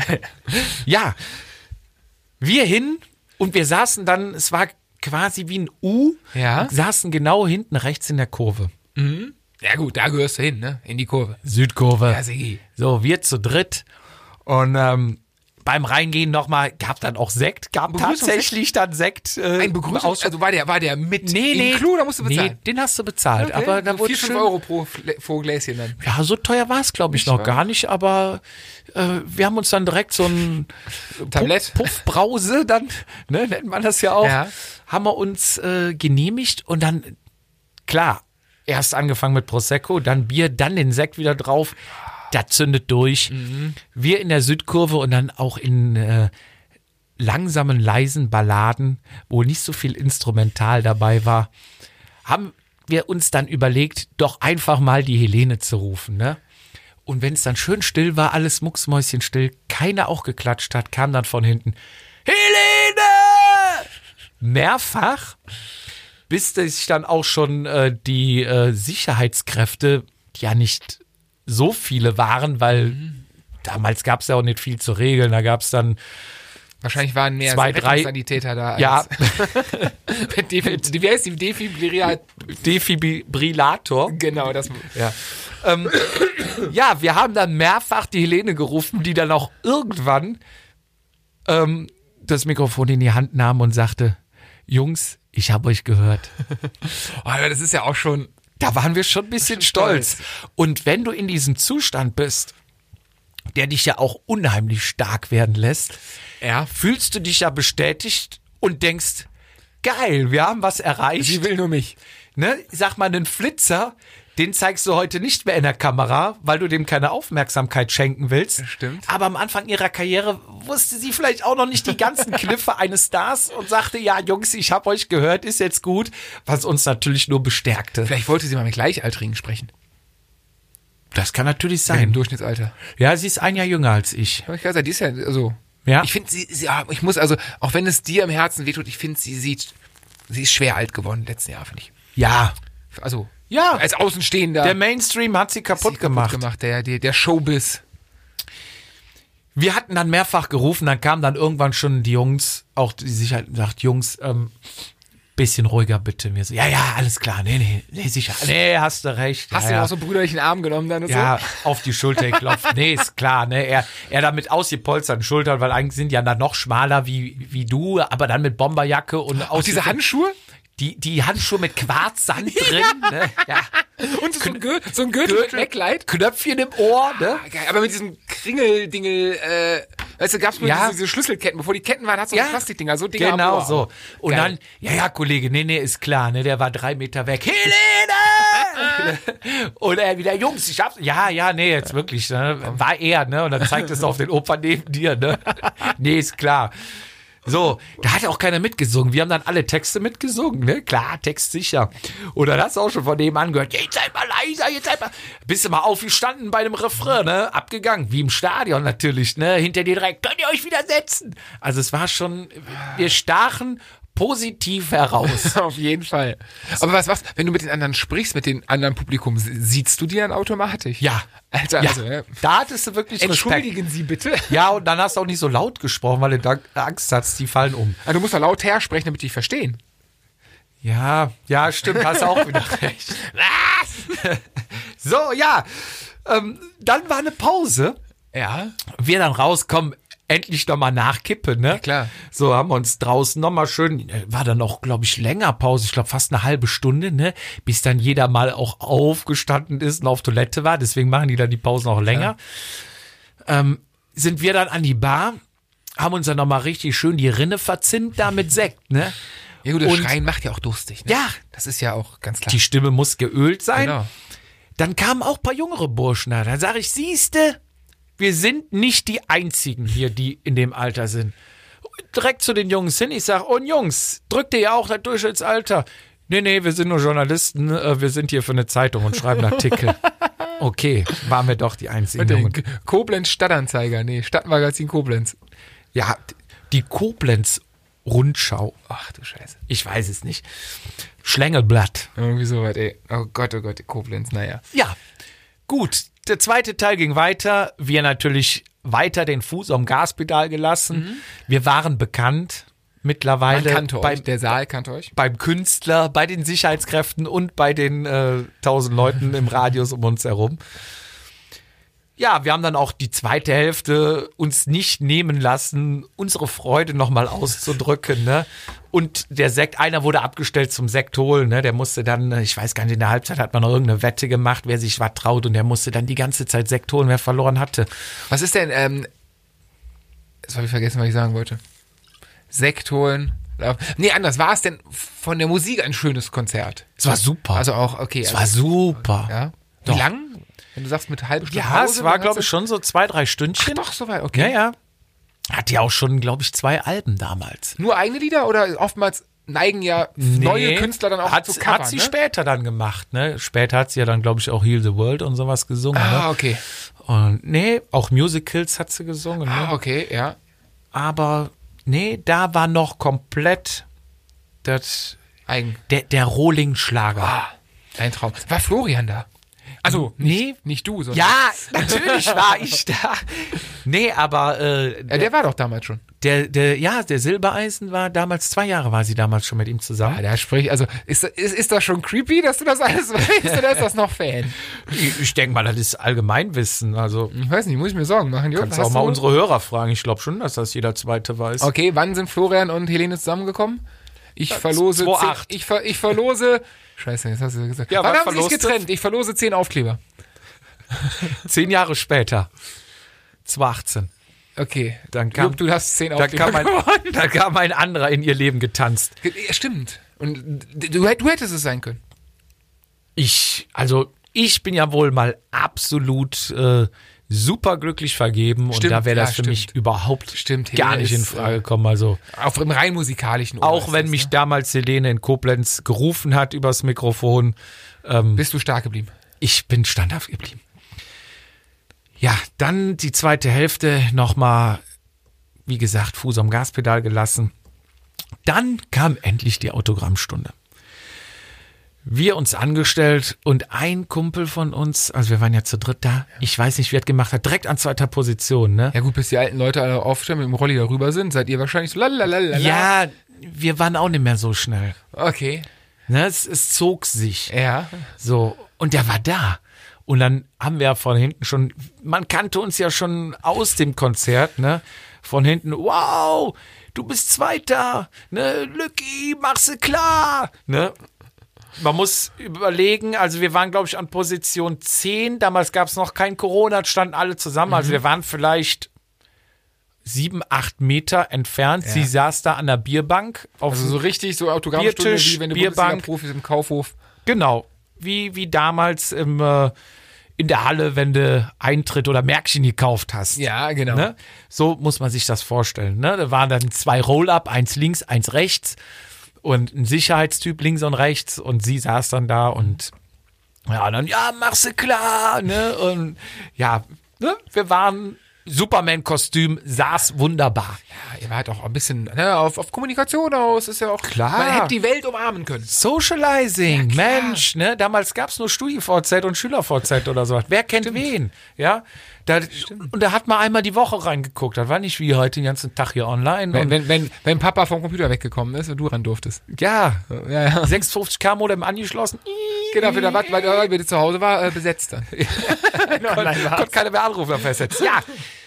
S1: Ja. Wir hin und wir saßen dann, es war quasi wie ein U,
S2: Ja.
S1: saßen genau hinten rechts in der Kurve.
S2: Ja gut, da gehörst du hin, ne? In die Kurve.
S1: Südkurve.
S2: Ja, Sigi.
S1: So, wir zu dritt. Und ähm, beim Reingehen nochmal, gab dann auch Sekt, gab
S2: Begrüßungssekt?
S1: tatsächlich dann Sekt. Äh,
S2: Ein Begrüßung,
S1: Aus-
S2: also war der, war der mit
S1: nee, nee.
S2: im Clou, da musst du bezahlen?
S1: Nee, den hast du bezahlt.
S2: Okay,
S1: Aber da
S2: so
S1: wurde
S2: vier, fünf
S1: schön,
S2: Euro pro, Fl- pro Gläschen dann.
S1: Ja, so teuer war es, glaube ich, noch
S2: wahr?
S1: gar nicht. Aber äh, wir haben uns dann direkt so ein
S2: Tablett?
S1: Puff, Puffbrause, dann ne, nennt man das ja auch,
S2: Ja.
S1: haben wir uns äh, genehmigt und dann, klar, erst angefangen mit Prosecco, dann Bier, dann den Sekt wieder drauf. Das zündet durch. Wir in der Südkurve und dann auch in äh, langsamen, leisen Balladen, wo nicht so viel Instrumental dabei war, haben wir uns dann überlegt, doch einfach mal die Helene zu rufen, ne? Und wenn es dann schön still war, alles mucksmäuschenstill, keiner auch geklatscht hat, kam dann von hinten, Helene! Mehrfach, bis sich dann auch schon äh, die äh, Sicherheitskräfte, die ja nicht so viele waren, weil damals gab es ja auch nicht viel zu regeln, da gab es dann
S2: Wahrscheinlich waren mehr
S1: Zwei, drei-
S2: Sanitäter da.
S1: Ja.
S2: Als mit Defi- wie heißt die Defibrillator?
S1: Defibrillator.
S2: Genau, das.
S1: Ja. Ähm, ja, wir haben dann mehrfach die Helene gerufen, die dann auch irgendwann ähm, das Mikrofon in die Hand nahm und sagte, Jungs, ich habe euch gehört.
S2: Oh, aber das ist ja auch schon.
S1: Da waren wir schon ein bisschen stolz. Und wenn du in diesem Zustand bist, der dich ja auch unheimlich stark werden lässt,
S2: Ja.
S1: fühlst du dich ja bestätigt und denkst, geil, wir haben was erreicht.
S2: Sie will nur mich.
S1: Ne? Ich sag mal, einen Flitzer, den zeigst du heute nicht mehr in der Kamera, weil du dem keine Aufmerksamkeit schenken willst.
S2: Das stimmt.
S1: Aber am Anfang ihrer Karriere wusste sie vielleicht auch noch nicht die ganzen Kniffe eines Stars und sagte, ja, Jungs, ich hab euch gehört, ist jetzt gut, was uns natürlich nur bestärkte.
S2: Vielleicht wollte sie mal mit Gleichaltrigen sprechen.
S1: Das kann natürlich
S2: Im
S1: sein.
S2: Durchschnittsalter.
S1: Ja, sie ist ein Jahr jünger als ich.
S2: Aber ich kann sagen, die ist ja, also.
S1: Ja.
S2: Ich finde sie, sie, ja, ich muss also, auch wenn es dir im Herzen wehtut, ich finde, sie sieht, sie ist schwer alt geworden letzten Jahr, finde ich.
S1: Ja.
S2: Also.
S1: Ja.
S2: Als Außenstehender.
S1: Der Mainstream hat sie kaputt
S2: sie
S1: gemacht.
S2: Kaputt gemacht, der, der, der Showbiz.
S1: Wir hatten dann mehrfach gerufen, dann kamen dann irgendwann schon die Jungs, auch die Sicherheit, sagt, Jungs, ähm, bisschen ruhiger bitte. Wir so, ja, ja, alles klar, nee, nee, nee, sicher, nee, hast du recht.
S2: Hast
S1: ja,
S2: du
S1: ja.
S2: noch so brüderlichen Arm genommen dann und
S1: Ja,
S2: so?
S1: auf die Schulter geklopft. Nee, ist klar, ne? Er, er da mit ausgepolsterten Schultern, weil eigentlich sind ja dann noch schmaler wie, wie du, aber dann mit Bomberjacke und
S2: Auch diese Handschuhe?
S1: die, die Handschuhe mit Quarzsand drin. Ne? Ja.
S2: Und so ein, Gür so ein Gürtel mit Backlight.
S1: Knöpfchen im Ohr. Ne?
S2: Ah, geil. Aber mit diesem Kringeldingel, äh, weißt du, gab's nur
S1: Ja.
S2: diese, diese Schlüsselketten. Bevor die Ketten waren, hast du
S1: Ja.
S2: so Plastikdinger. So Dinger am
S1: Genau
S2: Ohr.
S1: so. Und
S2: Geil.
S1: dann, ja, ja, Kollege, nee, nee, ist klar, ne, der war drei Meter weg. Helene! Und er wieder, Jungs, ich hab's. Ja, ja, nee, jetzt wirklich, ne, war er, ne, und dann zeigt es auf den Opa neben dir, ne. Nee, ist klar. So, da hat auch keiner mitgesungen. Wir haben dann alle Texte mitgesungen, ne? Klar, Text sicher. Und dann hast du auch schon von dem angehört, jetzt seid mal leiser, jetzt seid mal. Bist du mal aufgestanden bei dem Refrain, ne? Abgegangen, wie im Stadion natürlich, ne? Hinter dir direkt, könnt ihr euch wieder setzen? Also es war schon, wir stachen positiv heraus.
S2: Auf jeden Fall. Aber was, was, wenn du mit den anderen sprichst, mit den anderen Publikum, siehst du die dann automatisch?
S1: Ja.
S2: Alter,
S1: Ja,
S2: also, ja.
S1: da hattest du wirklich Respekt.
S2: Entschuldigen Sie bitte.
S1: Ja, und dann hast du auch nicht so laut gesprochen, weil du da Angst hast, die fallen um.
S2: Also, du musst da laut her sprechen, damit die dich verstehen.
S1: Ja, ja, stimmt, hast auch wieder recht. Was? So, ja. Ähm, dann war eine Pause.
S2: Ja.
S1: Wir dann rauskommen, endlich nochmal nachkippen, ne?
S2: Ja, klar.
S1: So haben wir uns draußen nochmal schön, war dann noch, glaube ich, länger Pause, ich glaube fast eine halbe Stunde, ne? Bis dann jeder mal auch aufgestanden ist und auf Toilette war, deswegen machen die dann die Pausen auch länger. Ja. Ähm, sind wir dann an die Bar, haben uns dann nochmal richtig schön die Rinne verzinnt da mit Sekt, ne?
S2: Ja gut, das
S1: Und-
S2: Schreien macht ja auch durstig, ne?
S1: Ja.
S2: Das ist ja auch ganz klar.
S1: Die Stimme muss geölt sein.
S2: Genau.
S1: Dann kamen auch ein paar jüngere Burschen da. Dann sage ich, siehste, wir sind nicht die Einzigen hier, die in dem Alter sind. Direkt zu den Jungs hin. Ich sage, und Jungs, drückt ihr ja auch das Durchschnittsalter? Nee, nee, wir sind nur Journalisten. äh, Wir sind hier für eine Zeitung und schreiben Artikel. Okay, waren wir doch die einzigen
S2: Und
S1: Jungen.
S2: den Koblenz Stadtanzeiger, nee, Stadtmagazin Koblenz.
S1: Ja, die Koblenz Rundschau.
S2: Ach du Scheiße.
S1: Ich weiß es nicht. Schlängelblatt.
S2: Irgendwie so weit, ey. Oh Gott, oh Gott, Koblenz, naja.
S1: Ja, gut. Der zweite Teil ging weiter. Wir natürlich weiter den Fuß am Gaspedal gelassen.
S2: Mhm.
S1: Wir waren bekannt mittlerweile
S2: Man kannte
S1: beim,
S2: euch, der Saal kannte euch.
S1: beim Künstler, bei den Sicherheitskräften und bei den äh, tausend Leuten im Radius um uns herum. Ja, wir haben dann auch die zweite Hälfte uns nicht nehmen lassen, unsere Freude nochmal auszudrücken, ne? Und der Sekt, einer wurde abgestellt zum Sekt holen, ne? Der musste dann, ich weiß gar nicht, in der Halbzeit hat man noch irgendeine Wette gemacht, wer sich was traut, und der musste dann die ganze Zeit Sekt holen, wer verloren hatte.
S2: Was ist denn, ähm, das habe ich vergessen, was ich sagen wollte. Sekt holen. Nee, anders. War es denn von der Musik ein schönes Konzert?
S1: Es war super.
S2: Also auch, okay.
S1: es
S2: also,
S1: war super.
S2: Ja. Wie
S1: Doch.
S2: lang? Wenn du sagst, mit halbe Stunde
S1: Ja,
S2: Pause,
S1: es war,
S2: dann
S1: glaube
S2: hast
S1: ich,
S2: du-
S1: schon so zwei, drei Stündchen.
S2: Doch, soweit, okay.
S1: Ja, ja. Hat ja auch schon, glaube ich, zwei Alben damals.
S2: Nur eigene Lieder oder oftmals neigen ja neue Künstler dann auch
S1: hat,
S2: zu covern,
S1: Hat sie
S2: ne?
S1: später dann gemacht, ne? Später hat sie ja dann, glaube ich, auch Heal the World und sowas gesungen,
S2: Ah,
S1: ne?
S2: okay.
S1: Und nee, auch Musicals hat sie gesungen,
S2: Ah,
S1: ne?
S2: okay, ja.
S1: Aber nee, da war noch komplett das,
S2: Eigen.
S1: der, der Rohling-Schlager.
S2: Ah, ein Traum. War Florian da? Also,
S1: Nee.
S2: nicht, nicht du, sondern...
S1: Ja, natürlich war ich da. Nee, aber äh,
S2: Ja, der war doch damals schon.
S1: der, der, ja, der Silbereisen war damals, zwei Jahre war sie damals schon mit ihm zusammen.
S2: Ja, da sprich, also, ist, ist, ist das schon creepy, dass du das alles weißt, oder ist das noch Fan?
S1: Ich, ich denke mal, das ist Allgemeinwissen. Also
S2: Ich weiß nicht, muss ich mir Sorgen machen, Jörg.
S1: kannst
S2: Hast
S1: auch mal
S2: du-
S1: unsere Hörer fragen. Ich glaube schon, dass das jeder Zweite weiß.
S2: Okay, wann sind Florian und Helene zusammengekommen? Ich verlose... zehn-
S1: zweitausendacht.
S2: Ich, ver, ich verlose... Scheiße, jetzt hast du gesagt.
S1: Ja,
S2: wann
S1: was
S2: haben sie sich
S1: verlost du?
S2: getrennt? Ich verlose zehn Aufkleber.
S1: Zehn Jahre später, zweitausendachtzehn,
S2: Okay,
S1: Dann kam-
S2: Jörg, du hast zehn
S1: da
S2: Aufkleber
S1: kam, ein,
S2: gewonnen.
S1: da kam ein anderer in ihr Leben getanzt.
S2: Ja, stimmt. Und du, du hättest es sein können.
S1: Ich, also ich bin ja wohl mal absolut äh, super glücklich vergeben, und
S2: Stimmt,
S1: da wäre das
S2: ja,
S1: für
S2: stimmt.
S1: mich überhaupt
S2: Stimmt,
S1: gar
S2: Helene
S1: nicht in
S2: ist,
S1: Frage gekommen. Also
S2: Auf im rein musikalischen Ohr
S1: auch
S2: ist
S1: wenn
S2: das,
S1: mich
S2: ne?
S1: damals Helene in Koblenz gerufen hat übers Mikrofon,
S2: Bist du stark geblieben?
S1: ich bin standhaft geblieben. Ja, dann die zweite Hälfte nochmal, wie gesagt, Fuß am Gaspedal gelassen. Dann kam endlich die Autogrammstunde. Wir uns angestellt und ein Kumpel von uns, also wir waren ja zu dritt da, ich weiß nicht, wer es gemacht hat, direkt an zweiter Position, ne?
S2: Ja gut, bis die alten Leute alle aufstehen mit dem Rolli darüber sind, seid ihr wahrscheinlich so lalalala.
S1: Ja, wir waren auch nicht mehr so schnell.
S2: Okay.
S1: Ne? Es, es zog sich.
S2: Ja.
S1: So, und der war da. Und dann haben wir von hinten schon, man kannte uns ja schon aus dem Konzert, ne? Von hinten, wow, du bist Zweiter, ne, Lücki, mach's klar, ne. Man muss überlegen, also wir waren, glaube ich, an Position zehn, damals gab es noch kein Corona, standen alle zusammen, mhm. also wir waren vielleicht sieben, acht Meter entfernt. Ja. Sie saß da an der Bierbank. Auf
S2: also so richtig so Autogrammstunde,
S1: Biertisch,
S2: wie wenn du
S1: Bierbank.
S2: Profis im Kaufhof.
S1: Genau, wie, wie damals im, äh, in der Halle, wenn du Eintritt oder Märkchen gekauft hast.
S2: Ja, genau.
S1: Ne? So muss man sich das vorstellen. Ne? Da waren dann zwei Roll-Up, eins links, eins rechts und ein Sicherheitstyp links und rechts und sie saß dann da und ja, dann, ja, mach's klar. Ne? Und ja, ne? Wir waren... Superman-Kostüm saß wunderbar.
S2: Ja, ihr wart auch ein bisschen ne, auf, auf Kommunikation aus, ist ja auch
S1: klar.
S2: Man hätte die Welt umarmen können.
S1: Socializing, ja, Mensch, ne? Damals gab es nur Studi-V Z und Schüler-V Z oder so. Wer kennt Stimmt. wen? Ja, da, und da hat man einmal die Woche reingeguckt. Das war nicht wie heute den ganzen Tag hier online.
S2: Wenn, wenn, wenn, wenn Papa vom Computer weggekommen ist und du ran durftest.
S1: Ja,
S2: ja, ja.
S1: sechshundertfünfzig K Modem angeschlossen.
S2: Genau, für der Watt, weil, weil wir zu Hause war, äh, besetzt dann.
S1: Konnte keine mehr Anrufe versetzt. Ja.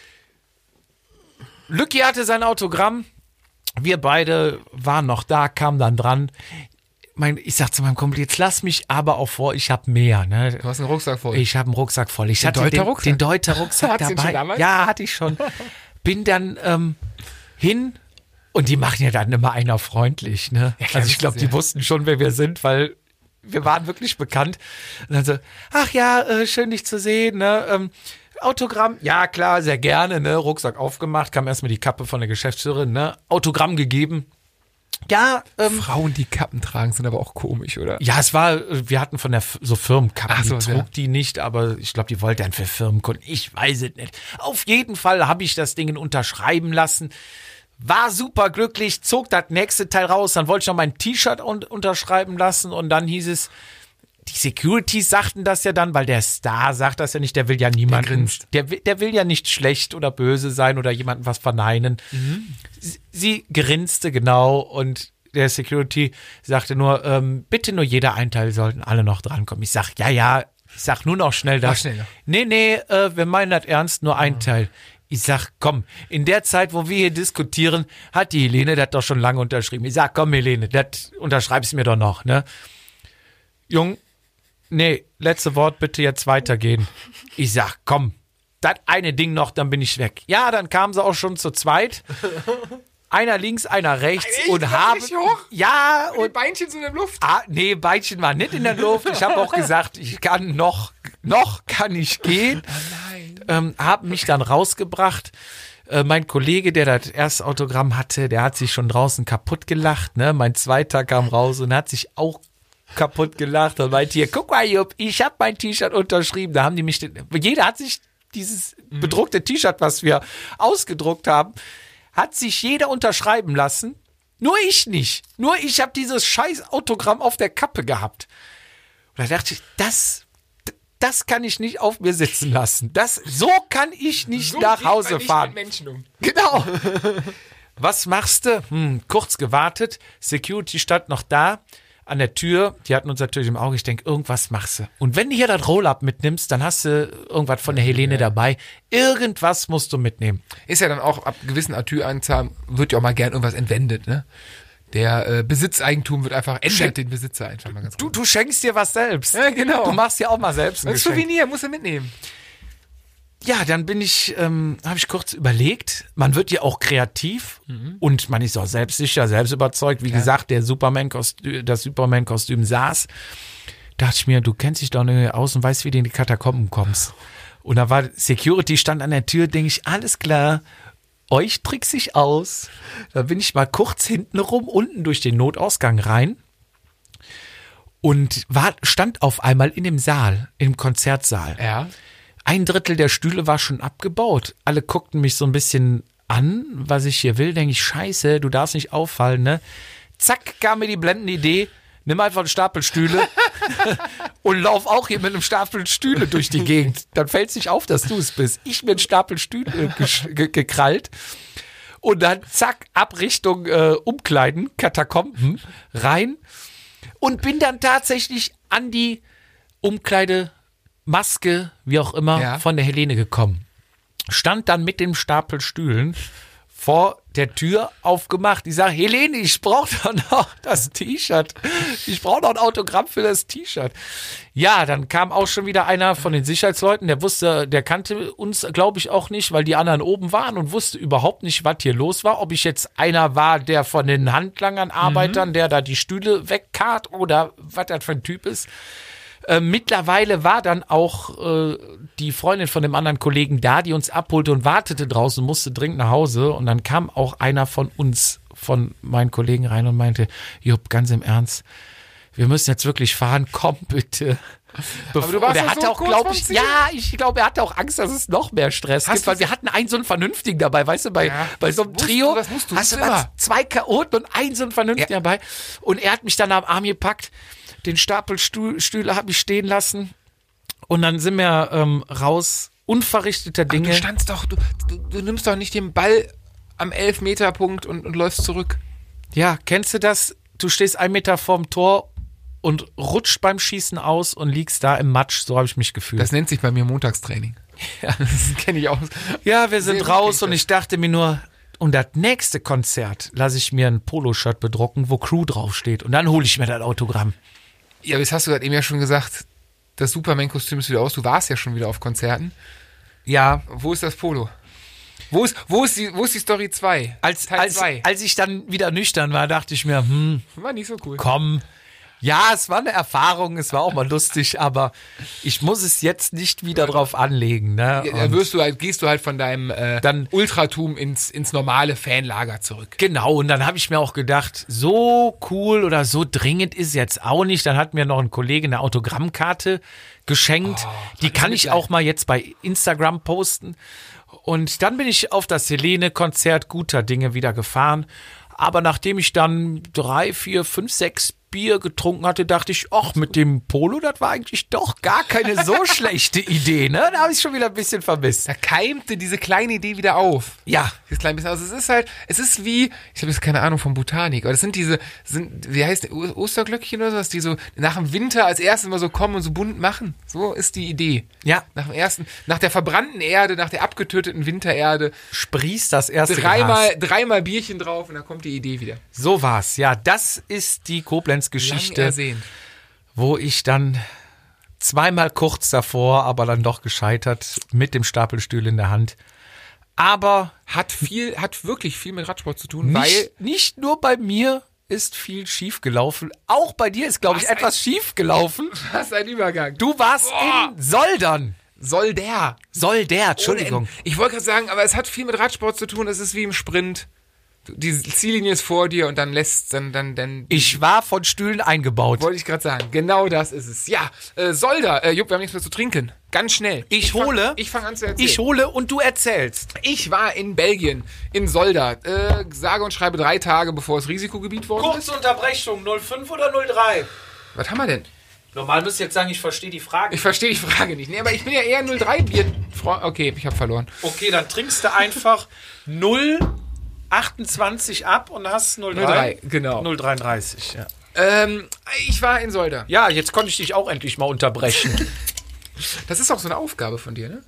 S1: Lücki hatte sein Autogramm. Wir beide waren noch da, kamen dann dran. Mein, ich sag zu meinem Kumpel, jetzt lass mich aber auch vor, ich habe mehr. Ne?
S2: Du hast einen Rucksack voll.
S1: Ich habe einen Rucksack voll. Ich
S2: den
S1: hatte
S2: Deuter
S1: den,
S2: Rucksack?
S1: den Deuter Rucksack
S2: Hattest
S1: dabei.
S2: du den schon damals?
S1: Ja, hatte ich schon. Bin dann ähm, hin und die machen ja dann immer einer freundlich. Ne? Ja, klar, also ich glaube, die wussten schon, wer wir sind, weil wir waren wirklich bekannt. Und dann so, ach ja, äh, schön dich zu sehen. Ne? Ähm, Autogramm, ja klar, sehr gerne, ne? Rucksack aufgemacht, kam erstmal die Kappe von der Geschäftsführerin, ne? Autogramm gegeben. Ja, ähm,
S2: Frauen, die Kappen tragen, sind aber auch komisch, oder?
S1: Ja, es war, wir hatten von der so Firmenkappen,
S2: Ach so,
S1: die trug
S2: ja.
S1: die nicht, aber ich glaube, die wollte dann für Firmenkunden. Ich weiß es nicht. Auf jeden Fall habe ich das Ding unterschreiben lassen. War super glücklich, zog das nächste Teil raus, dann wollte ich noch mein T-Shirt un- unterschreiben lassen und dann hieß es, die Securities sagten das ja dann, weil der Star sagt das ja nicht, der will ja niemanden, der, der, der will ja nicht schlecht oder böse sein oder jemandem was verneinen. Mhm. Sie, sie grinste genau und der Security sagte nur, ähm, bitte nur jeder ein Teil, sollten alle noch drankommen. Ich sag, ja, ja, ich sag nur noch schnell das.
S2: Schneller.
S1: Nee, nee, äh, wir meinen das ernst, nur ein mhm. Teil. Ich sag, komm, in der Zeit, wo wir hier diskutieren, hat die Helene das doch schon lange unterschrieben. Ich sag, komm, Helene, das unterschreibst mir doch noch, ne? Jung, nee, letzte Wort, bitte jetzt weitergehen. Ich sag, komm, das eine Ding noch, dann bin ich weg. Ja, dann kamen sie auch schon zu zweit. Einer links, einer rechts
S2: Echt?
S1: und haben. Ja,
S2: und die Beinchen sind in der Luft.
S1: Ah, nee, Beinchen waren nicht in der Luft. Ich habe auch gesagt, ich kann noch, noch kann ich gehen.
S2: Oh nein.
S1: Ähm, hab mich dann rausgebracht. Äh, mein Kollege, der das erste Autogramm hatte, der hat sich schon draußen kaputt gelacht. Ne? Mein zweiter kam raus und hat sich auch kaputt gelacht und meinte hier, guck mal, Jupp, ich habe mein T-Shirt unterschrieben. Da haben die mich, jeder hat sich dieses bedruckte T-Shirt, was wir ausgedruckt haben, hat sich jeder unterschreiben lassen. Nur ich nicht. Nur ich habe dieses scheiß Autogramm auf der Kappe gehabt. Und da dachte ich, das, das kann ich nicht auf mir sitzen lassen. Das, so kann ich nicht
S2: so
S1: nach Hause
S2: nicht
S1: fahren.
S2: mit Menschen um.
S1: Genau. Was machst du? Hm, kurz gewartet. Security stand noch da. An der Tür, die hatten uns natürlich im Auge, ich denke, irgendwas machst du. Und wenn du hier das Roll-Up mitnimmst, dann hast du irgendwas von der Helene ja. dabei. Irgendwas musst du mitnehmen.
S2: Ist ja dann auch ab gewissen Atü-Anzahlen, wird ja auch mal gern irgendwas entwendet, ne? Der äh, Besitzeigentum wird einfach, ändert Schenk- den Besitzer einfach mal ganz
S1: du,
S2: gut.
S1: Du schenkst dir was selbst.
S2: Ja, genau.
S1: Du machst ja auch mal selbst ein
S2: das
S1: Geschenk.
S2: Souvenir, musst du mitnehmen.
S1: Ja, dann bin ich, ähm, habe ich kurz überlegt, man wird ja auch kreativ mhm. und man ist auch selbstsicher, selbst überzeugt. Wie ja. gesagt, der Superman-Kostüm, das Superman-Kostüm saß. Dachte ich mir, du kennst dich doch nicht aus und weißt, wie du in die Katakomben kommst. Und da war Security, stand an der Tür, denke ich, alles klar, euch trickse ich aus. Da bin ich mal kurz hinten rum, unten durch den Notausgang rein und war, stand auf einmal in dem Saal, im Konzertsaal.
S2: Ja.
S1: Ein Drittel der Stühle war schon abgebaut. Alle guckten mich so ein bisschen an, was ich hier will. Denke ich, scheiße, du darfst nicht auffallen, ne? Zack, kam mir die blendende Idee, nimm einfach einen Stapel Stühle und lauf auch hier mit einem Stapel Stühle durch die Gegend. Dann fällt es nicht auf, dass du es bist. Ich mir einen Stapel Stühle gesch- ge- gekrallt und dann zack, ab Richtung äh, Umkleiden, Katakomben, rein und bin dann tatsächlich an die Umkleide Maske, wie auch immer,
S2: ja.
S1: von der Helene gekommen. Stand dann mit dem Stapel Stühlen vor der Tür aufgemacht. Ich sage, Helene, ich brauche doch noch das T-Shirt. Ich brauche noch ein Autogramm für das T-Shirt. Ja, dann kam auch schon wieder einer von den Sicherheitsleuten, der wusste, der kannte uns, glaube ich, auch nicht, weil die anderen oben waren und wusste überhaupt nicht, was hier los war. Ob ich jetzt einer war, der von den Handlangern, Arbeitern, mhm. der da die Stühle wegkarrt oder was das für ein Typ ist. Äh, mittlerweile war dann auch äh, die Freundin von dem anderen Kollegen da, die uns abholte und wartete draußen, musste dringend nach Hause. Und dann kam auch einer von uns, von meinen Kollegen rein und meinte, Jupp, ganz im Ernst, wir müssen jetzt wirklich fahren, komm bitte.
S2: Aber du warst
S1: und er
S2: ja
S1: hatte
S2: so
S1: auch, glaube ich,
S2: Ziel.
S1: ja, ich glaube, er hatte auch Angst, dass es noch mehr Stress
S2: hast
S1: gibt, weil wir hatten einen so einen Vernünftigen dabei, weißt du, bei, ja, bei so einem Trio
S2: du, das musst du
S1: hast du
S2: immer.
S1: was, zwei Chaoten und einen so einen Vernünftigen ja. dabei. Und er hat mich dann am Arm gepackt, den Stapel Stuhl, Stühle habe ich stehen lassen und dann sind wir ähm, raus, unverrichteter Dinge.
S2: Ach, du standst doch, du, du, du nimmst doch nicht den Ball am Elfmeterpunkt und, und läufst zurück.
S1: Ja, kennst du das? Du stehst einen Meter vorm Tor und rutscht beim Schießen aus und liegst da im Matsch. So habe ich mich gefühlt.
S2: Das nennt sich bei mir Montagstraining.
S1: Ja.
S2: Das kenne ich auch.
S1: Ja, wir sind
S2: Sehr
S1: raus und ich dachte mir nur, und das nächste Konzert lasse ich mir ein Poloshirt bedrucken, wo Crew draufsteht. Und dann hole ich mir das Autogramm.
S2: Ja, aber jetzt hast du gerade eben ja schon gesagt, das Superman-Kostüm ist wieder aus. Du warst ja schon wieder auf Konzerten.
S1: Ja.
S2: Wo ist das Polo? Wo ist, wo ist, die, wo ist die Story zwei?
S1: Als, als, als ich dann wieder nüchtern war, dachte ich mir, hm,
S2: war nicht so cool.
S1: Komm. Ja, es war eine Erfahrung, es war auch mal lustig, aber ich muss es jetzt nicht wieder drauf anlegen. Ne?
S2: Ja, dann wirst du halt, gehst du halt von deinem äh,
S1: dann,
S2: Ultratum ins, ins normale Fanlager zurück.
S1: Genau, und dann habe ich mir auch gedacht, so cool oder so dringend ist jetzt auch nicht. Dann hat mir noch ein Kollege eine Autogrammkarte geschenkt. Oh, die kann ich auch mal jetzt bei Instagram posten. Und dann bin ich auf das Helene-Konzert guter Dinge wieder gefahren. Aber nachdem ich dann drei, vier, fünf, sechs Bier getrunken hatte, dachte ich, ach, mit dem Polo, das war eigentlich doch gar keine so schlechte Idee, ne? Da habe ich schon wieder ein bisschen vermisst.
S2: Da keimte diese kleine Idee wieder auf.
S1: Ja.
S2: Dieses kleine bisschen. Also es ist halt, es ist wie, ich habe jetzt keine Ahnung von Botanik, aber das sind diese, sind, wie heißt das, Osterglöckchen oder sowas, die so nach dem Winter als erstes mal so kommen und so bunt machen. So ist die Idee.
S1: Ja.
S2: Nach dem ersten, nach der verbrannten Erde, nach der abgetöteten Wintererde.
S1: Sprießt das erste
S2: Dreimal,
S1: Gras.
S2: dreimal Bierchen drauf und dann kommt die Idee wieder.
S1: So war's. Ja, das ist die Koblenz-Geschichte, wo ich dann zweimal kurz davor, aber dann doch gescheitert, mit dem Stapelstuhl in der Hand. Aber
S2: hat viel, hat wirklich viel mit Radsport zu tun,
S1: nicht,
S2: weil
S1: nicht nur bei mir ist viel schief gelaufen. Auch bei dir ist, glaube ich, etwas schief gelaufen.
S2: Was ein Übergang.
S1: Du warst Boah. in Soldern.
S2: Soll der.
S1: Soll der, Entschuldigung.
S2: Ich wollte gerade sagen, aber es hat viel mit Radsport zu tun. Es ist wie im Sprint. Die Ziellinie ist vor dir und dann lässt dann dann dann.
S1: Ich war von Stühlen eingebaut.
S2: Wollte ich gerade sagen. Genau das ist es. Ja, äh, Solda. Äh, Jupp, wir haben nichts mehr zu trinken. Ganz schnell.
S1: Ich, ich hole.
S2: Fang, ich fange an zu erzählen.
S1: Ich hole und du erzählst.
S2: Ich war in Belgien, in Solda. Äh, sage und schreibe drei Tage, bevor es Risikogebiet wurde.
S1: Kurze Unterbrechung. null fünf oder null drei?
S2: Was haben wir denn?
S1: Normal müsst ihr jetzt sagen, ich verstehe die Frage.
S2: Ich verstehe die Frage nicht. Nee, aber ich bin ja eher null drei Bier. Okay, ich habe verloren.
S1: Okay, dann trinkst du einfach null achtundzwanzig ab und hast null drei.
S2: null drei, genau.
S1: null dreiunddreißig, ja.
S2: Ähm, ich war in Solda.
S1: Ja, jetzt konnte ich dich auch endlich mal unterbrechen.
S2: Das ist auch so eine Aufgabe von dir, ne?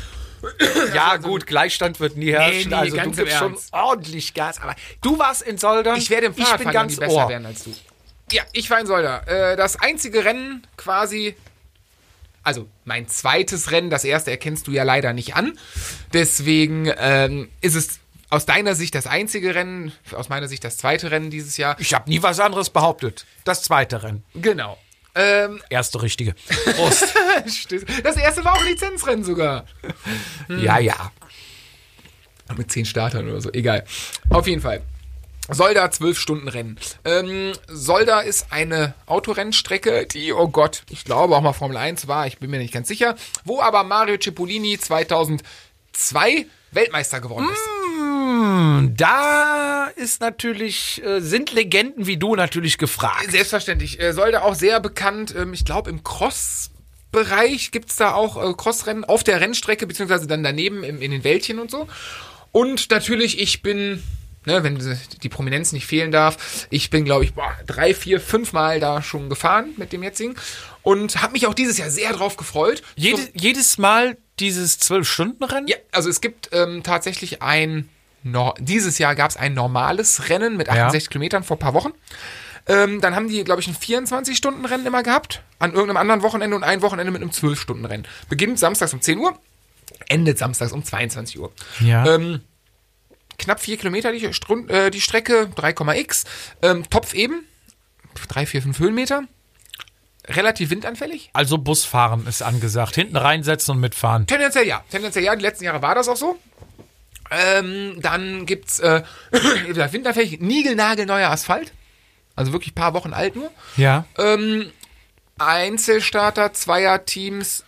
S1: Ja, also, gut, Gleichstand wird nie herrschen.
S2: Nee, nee,
S1: also
S2: ganz
S1: du gibst schon ordentlich Gas. Aber du warst in Soldern.
S2: Ich werde im Fahrradfahren
S1: ganz
S2: besser
S1: Ohr.
S2: werden als du. Ja, ich war in Solda. Äh, das einzige Rennen quasi, also mein zweites Rennen, das erste erkennst du ja leider nicht an. Deswegen ähm, ist es aus deiner Sicht das einzige Rennen, aus meiner Sicht das zweite Rennen dieses Jahr.
S1: Ich habe nie was anderes behauptet. Das zweite Rennen.
S2: Genau. Ähm,
S1: Erste richtige. Prost.
S2: Das erste war auch ein Lizenzrennen sogar.
S1: Hm. Ja, ja.
S2: Mit zehn Startern oder so, egal. Auf jeden Fall. Solda, zwölf Stunden Rennen. Ähm, Solda ist eine Autorennstrecke, die, oh Gott, ich glaube auch mal Formel eins war, ich bin mir nicht ganz sicher, wo aber Mario Cipollini zweitausendzwei Weltmeister geworden ist.
S1: Mmh, da ist natürlich, äh, sind Legenden wie du natürlich gefragt.
S2: Selbstverständlich. Äh, Solda auch sehr bekannt, ähm, ich glaube im Cross-Bereich gibt es da auch äh, Crossrennen auf der Rennstrecke, beziehungsweise dann daneben im, in den Wäldchen und so. Und natürlich, ich bin, ne, wenn die Prominenz nicht fehlen darf, ich bin, glaube ich, boah, drei, vier, fünf Mal da schon gefahren mit dem jetzigen und habe mich auch dieses Jahr sehr drauf gefreut.
S1: Jede,
S2: so,
S1: jedes Mal dieses zwölf Stunden Rennen?
S2: Ja, also es gibt ähm, tatsächlich ein no, dieses Jahr gab es ein normales Rennen mit achtundsechzig ja. Kilometern vor ein paar Wochen. Ähm, dann haben die, glaube ich, ein vierundzwanzig-Stunden-Rennen immer gehabt, an irgendeinem anderen Wochenende und ein Wochenende mit einem zwölf-Stunden-Rennen. Beginnt samstags um zehn Uhr, endet samstags um zweiundzwanzig Uhr.
S1: Ja.
S2: Ähm, knapp vier Kilometer die, Strun- äh, die Strecke, drei Komma x, ähm, Topf eben, drei, vier, fünf Höhenmeter. Relativ windanfällig.
S1: Also Busfahren ist angesagt. Hinten reinsetzen und mitfahren.
S2: Tendenziell ja. Tendenziell ja. Die letzten Jahre war das auch so. Ähm, dann gibt's äh, windanfällig, niegelnagelneuer Asphalt. Also wirklich ein paar Wochen alt nur.
S1: Ja.
S2: Ähm, Einzelstarter, Zweierteams,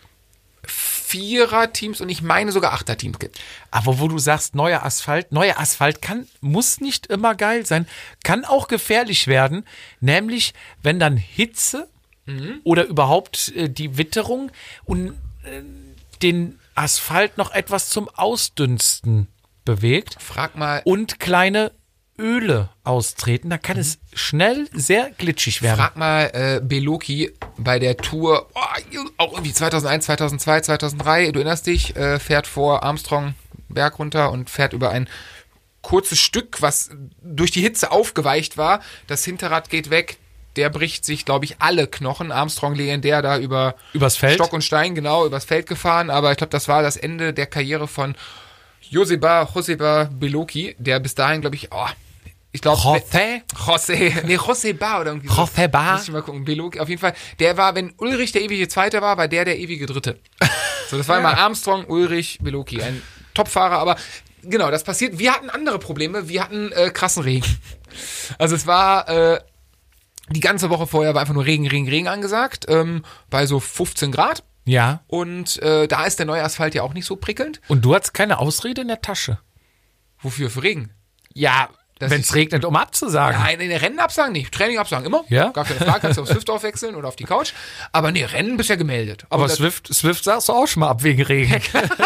S2: Viererteams und ich meine sogar Achterteams gibt.
S1: Aber wo du sagst, neuer Asphalt, neuer Asphalt kann, muss nicht immer geil sein, kann auch gefährlich werden. Nämlich, wenn dann Hitze mhm. oder überhaupt äh, die Witterung und äh, den Asphalt noch etwas zum Ausdünsten bewegt.
S2: Frag mal.
S1: Und kleine Öle austreten, dann kann mhm. es schnell sehr glitschig werden.
S2: Frag mal äh, Beloki bei der Tour, oh, auch irgendwie zweitausendeins, zweitausendzwei, zweitausenddrei, du erinnerst dich, äh, fährt vor Armstrong Berg runter und fährt über ein kurzes Stück, was durch die Hitze aufgeweicht war. Das Hinterrad geht weg, der bricht sich, glaube ich, alle Knochen. Armstrong legendär da über
S1: übers Feld.
S2: Stock und Stein, genau, übers Feld gefahren, aber ich glaube, das war das Ende der Karriere von Joseba, Joseba Beloki, der bis dahin, glaube ich, oh, ich glaube,
S1: José?
S2: José, nee, Joseba oder irgendwie so.
S1: Joseba?
S2: Muss ich mal gucken, Beloki, auf jeden Fall. Der war, wenn Ulrich der ewige Zweite war, war der der ewige Dritte. So, das war
S1: ja.
S2: immer Armstrong, Ulrich, Beloki, ein Topfahrer, aber genau, das passiert. Wir hatten andere Probleme, wir hatten äh, krassen Regen. Also es war, äh, die ganze Woche vorher war einfach nur Regen, Regen, Regen angesagt, ähm, bei so fünfzehn Grad.
S1: Ja.
S2: Und äh, da ist der neue Asphalt ja auch nicht so prickelnd.
S1: Und du hattest keine Ausrede in der Tasche.
S2: Wofür? Für Regen?
S1: Ja, wenn es regnet, um abzusagen.
S2: Nein, in den Rennen absagen nicht. Training absagen immer.
S1: Ja?
S2: Gar keine Frage, kannst du auf Swift aufwechseln oder auf die Couch. Aber nee, Rennen bist ja gemeldet.
S1: Aber
S2: Und
S1: Swift, Swift sagst du auch schon mal ab wegen Regen.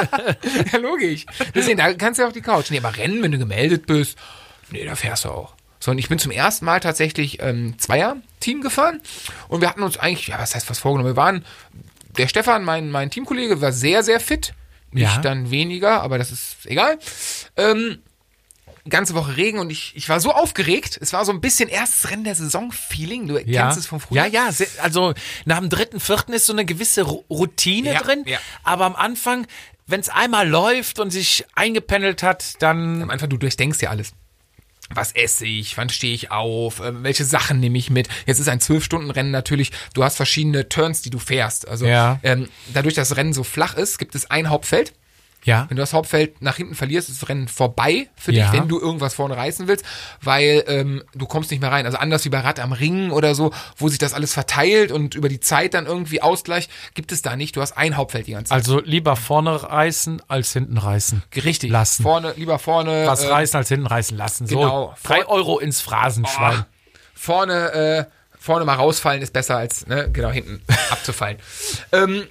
S2: ja, logisch. Deswegen, da kannst du ja auf die Couch. Nee, aber Rennen, wenn du gemeldet bist, nee, da fährst du auch. So, und ich bin zum ersten Mal tatsächlich ähm, Zweier-Team gefahren. Und wir hatten uns eigentlich, ja, was heißt was vorgenommen? Wir waren, der Stefan, mein, mein Teamkollege, war sehr, sehr fit. Ich
S1: Ja.
S2: dann weniger, aber das ist egal. Ähm, ganze Woche Regen und ich, ich war so aufgeregt. Es war so ein bisschen erstes Rennen der Saison-Feeling. Du
S1: Ja.
S2: kennst es von früher.
S1: Ja, ja, sehr, also nach dem dritten, vierten ist so eine gewisse Ru- Routine
S2: Ja,
S1: drin.
S2: ja.
S1: Aber am Anfang, wenn es einmal läuft und sich eingependelt hat, dann
S2: Am Anfang, du durchdenkst ja alles. Was esse ich? Wann stehe ich auf? Äh, welche Sachen nehme ich mit? Jetzt ist ein zwölf-Stunden-Rennen natürlich. Du hast verschiedene Turns, die du fährst. Also
S1: Ja.
S2: ähm, dadurch, dass das Rennen so flach ist, gibt es ein Hauptfeld.
S1: ja.
S2: Wenn du das Hauptfeld nach hinten verlierst, ist das Rennen vorbei für
S1: Ja.
S2: dich, wenn du irgendwas vorne reißen willst, weil ähm, du kommst nicht mehr rein. Also anders wie bei Rad am Ring oder so, wo sich das alles verteilt und über die Zeit dann irgendwie Ausgleich, gibt es da nicht. Du hast ein Hauptfeld die ganze Zeit.
S1: Also lieber vorne reißen als hinten reißen.
S2: Richtig.
S1: lassen.
S2: Vorne, lieber vorne.
S1: Was
S2: äh,
S1: reißen als hinten reißen lassen. So,
S2: genau.
S1: drei
S2: Vor-
S1: Euro ins Phrasenschwein.
S2: Oh, vorne, äh, vorne mal rausfallen ist besser als, ne, genau, hinten abzufallen. ähm,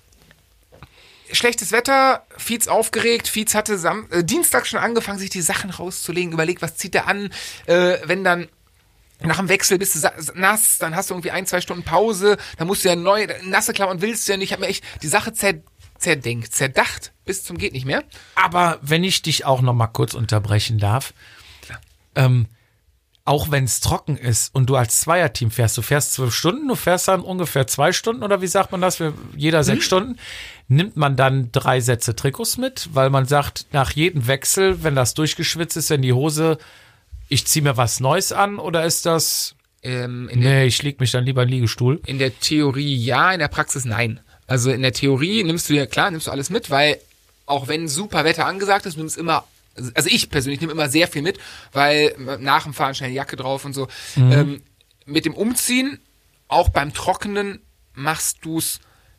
S2: Schlechtes Wetter, Fietz aufgeregt, Fietz hatte Sam- äh, Dienstag schon angefangen, sich die Sachen rauszulegen, überlegt, was zieht er an, äh, wenn dann nach dem Wechsel bist du sa- nass, dann hast du irgendwie ein, zwei Stunden Pause, dann musst du ja neu, nasse Klamotten willst du ja nicht, ich habe mir echt die Sache zer, zerdenkt, zerdacht, bis zum geht nicht mehr.
S1: Aber wenn ich dich auch noch mal kurz unterbrechen darf, ähm, auch wenn es trocken ist und du als Zweierteam fährst, du fährst zwölf Stunden, du fährst dann ungefähr zwei Stunden oder wie sagt man das, für jeder sechs Stunden, nimmt man dann drei Sätze Trikots mit, weil man sagt, nach jedem Wechsel, wenn das durchgeschwitzt ist, in die Hose, ich ziehe mir was Neues an oder ist das,
S2: Ähm, in, der,
S1: nee, ich leg mich dann lieber in den Liegestuhl?
S2: in der Theorie ja, in der Praxis nein. Also in der Theorie nimmst du dir, klar, nimmst du alles mit, weil auch wenn super Wetter angesagt ist, du nimmst immer, also ich persönlich nehme immer sehr viel mit, weil nach dem Fahren schnell Jacke drauf und so.
S1: Mhm.
S2: Ähm, mit dem Umziehen, auch beim Trockenen, machst du's,